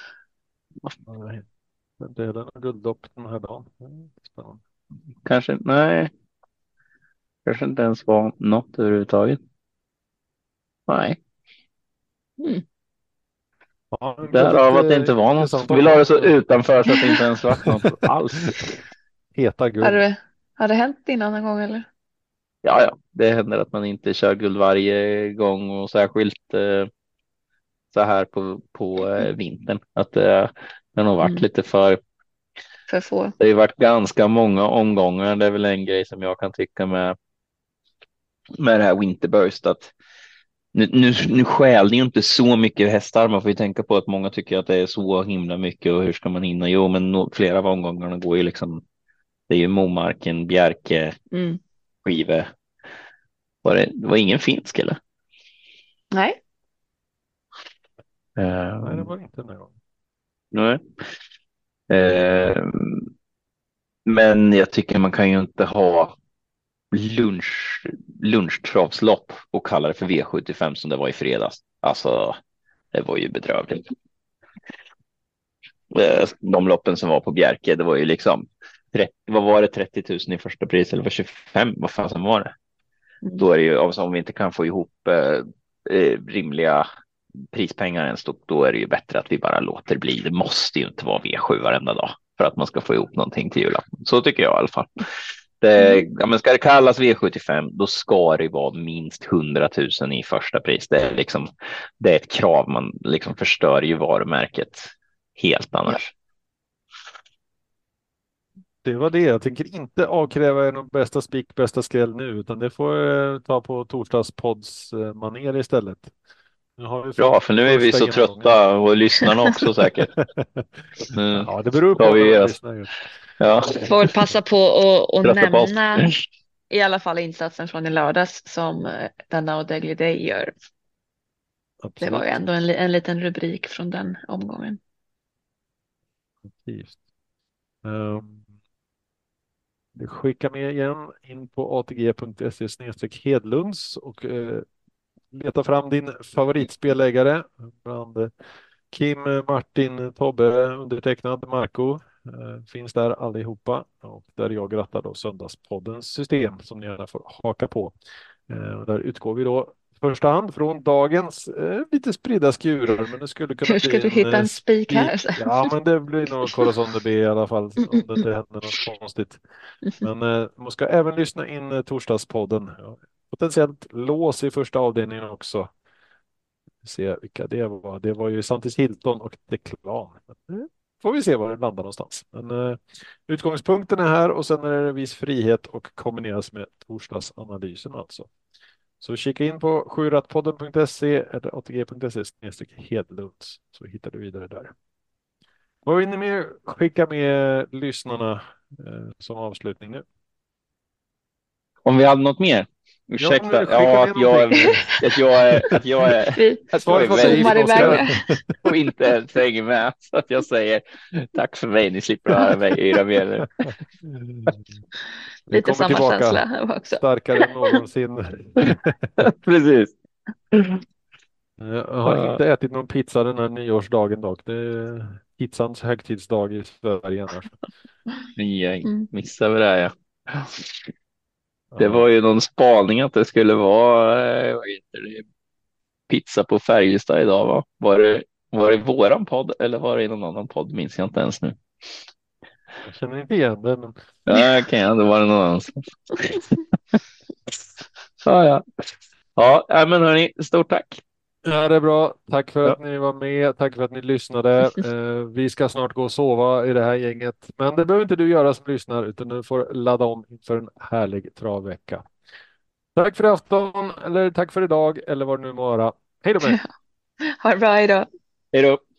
Nej, det är någon guldlopp den här dagen. Mm, spännande. Kanske, nej, kanske inte ens var något överhuvudtaget. Nej, Mm. Ja, en därav väldigt att det eh, inte var något. intressant Vi la det så omgång. utanför så att det inte ens vart något alls. Heta Har guld. det, har det hänt innan någon gång eller? Ja, ja, det händer att man inte kör guld varje gång och särskilt eh, så här på, på eh, vintern. Att eh, det har nog varit Mm. lite för, För få. det har ju varit ganska många omgångar. Det är väl en grej som jag kan tycka med, med det här Winterburst att nu, nu, nu stjäl det ju inte så mycket hästar. Man får ju tänka på att många tycker att det är så himla mycket och hur ska man hinna? Jo, men no, flera av omgångarna går ju liksom, det är ju Momarken, Bjerke, Mm. Skive. Var det, det var ingen finsk eller? Nej. Uh, Nej, det var inte den här gången. nej. Uh, men jag tycker man kan ju inte ha lunch, lunchtravslopp och kalla det för V sjuttiofem som det var i fredags. Alltså, det var ju bedrövligt. Eh, De loppen som var på Bjerke, det var ju liksom trettio, vad var det, trettio tusen i första pris eller var tjugofem, vad fan var det? Mm. Då är det ju, alltså, om vi inte kan få ihop eh, eh, rimliga prispengar ens, då, då är det ju bättre att vi bara låter bli. Det måste ju inte vara V sju varenda dag för att man ska få ihop någonting till julafton. Så tycker jag i alla fall. Det, ja, men ska det kallas V sjuttiofem, då ska det vara minst hundra tusen i första pris. Det är liksom, det är ett krav. Man liksom förstör ju varumärket helt annars. Det var det. Jag tänker inte avkräva er någon bästa spik, bästa skräll nu, utan det får jag ta på torsdagspodds eh, maner istället. Nu har vi Ja, fått för nu är vi första så genomgången. trötta och lyssnarna också säkert. Nu Ja, det beror på tar vi när er. man lyssnar. ju. Ja, Får väl passa på att, att trötta på oss. nämna i alla fall insatsen från i lördags som eh, denna och Daily Day gör. Det var ju Absolut. ändå en, li- en liten rubrik från den omgången. Definitivt. Um, vi skickar med igen in på atg.se snedstreck hedlunds och eh, leta fram din favoritspelläggare bland eh, Kim, Martin, Tobbe, undertecknad Marco. Eh, finns där allihopa och där jag grattar då Söndagspoddens system som ni gärna får haka på. Eh, och där utgår vi då i första hand från dagens eh, lite spridda skurar, men det skulle kunna Hur ska bli du en hitta eh, en spik här? spik. Ja, men det blir nog Corazon de B i alla fall om det inte händer något konstigt. Men eh, man ska även lyssna in eh, torsdagspodden. Ja, potentiellt lås i första avdelningen också. Se vilka det var. Det var ju Santis Hilton och Deklan. Mm. Får vi se var det landar någonstans. Men uh, utgångspunkten är här och sen är det viss frihet och kombineras med torsdagsanalysen alltså. Så kika in på sjuratpodden punkt se eller atg.se snedstreck hedlunds så hittar du vidare där. Vad vill ni mer skicka med lyssnarna uh, som avslutning nu? Om vi hade något mer? Ursäkta. Ja, skicka Ja, med att jag, någonting. att jag är, att jag är, Vi att jag Svar är från väldigt zoomar iväg Oskar. nu. och inte ens hänger med. Så att jag säger tack för mig. Ni slipper höra mig yra mer nu. Vi Lite kommer samma tillbaka känsla också. starkare än någonsin. Precis. Jag har inte ätit någon pizza den här nyårsdagen dock. Det är pizzans högtidsdag i Sverige annars. Jag Mm. missade det här, ja. Det Ja. var ju någon spaning att det skulle vara eh, vad heter det, pizza på Färjestad idag, va? Var det, var det i våran podd eller var det i någon annan podd? Minns jag inte ens nu. Jag känner inte igen det, men Ja, kan jag. Då var det någon annanstans. Ja, ja. Ja, ja, men hörni, stort tack. ja, det är bra. Tack för Ja. att ni var med. Tack för att ni lyssnade. Eh, vi ska snart gå och sova i det här gänget. Men det behöver inte du göra som lyssnar, utan du får ladda om inför en härlig travvecka. Tack för i afton, eller tack för idag, eller vad det nu må vara. Hej då med er. Ha det bra idag. Hej då.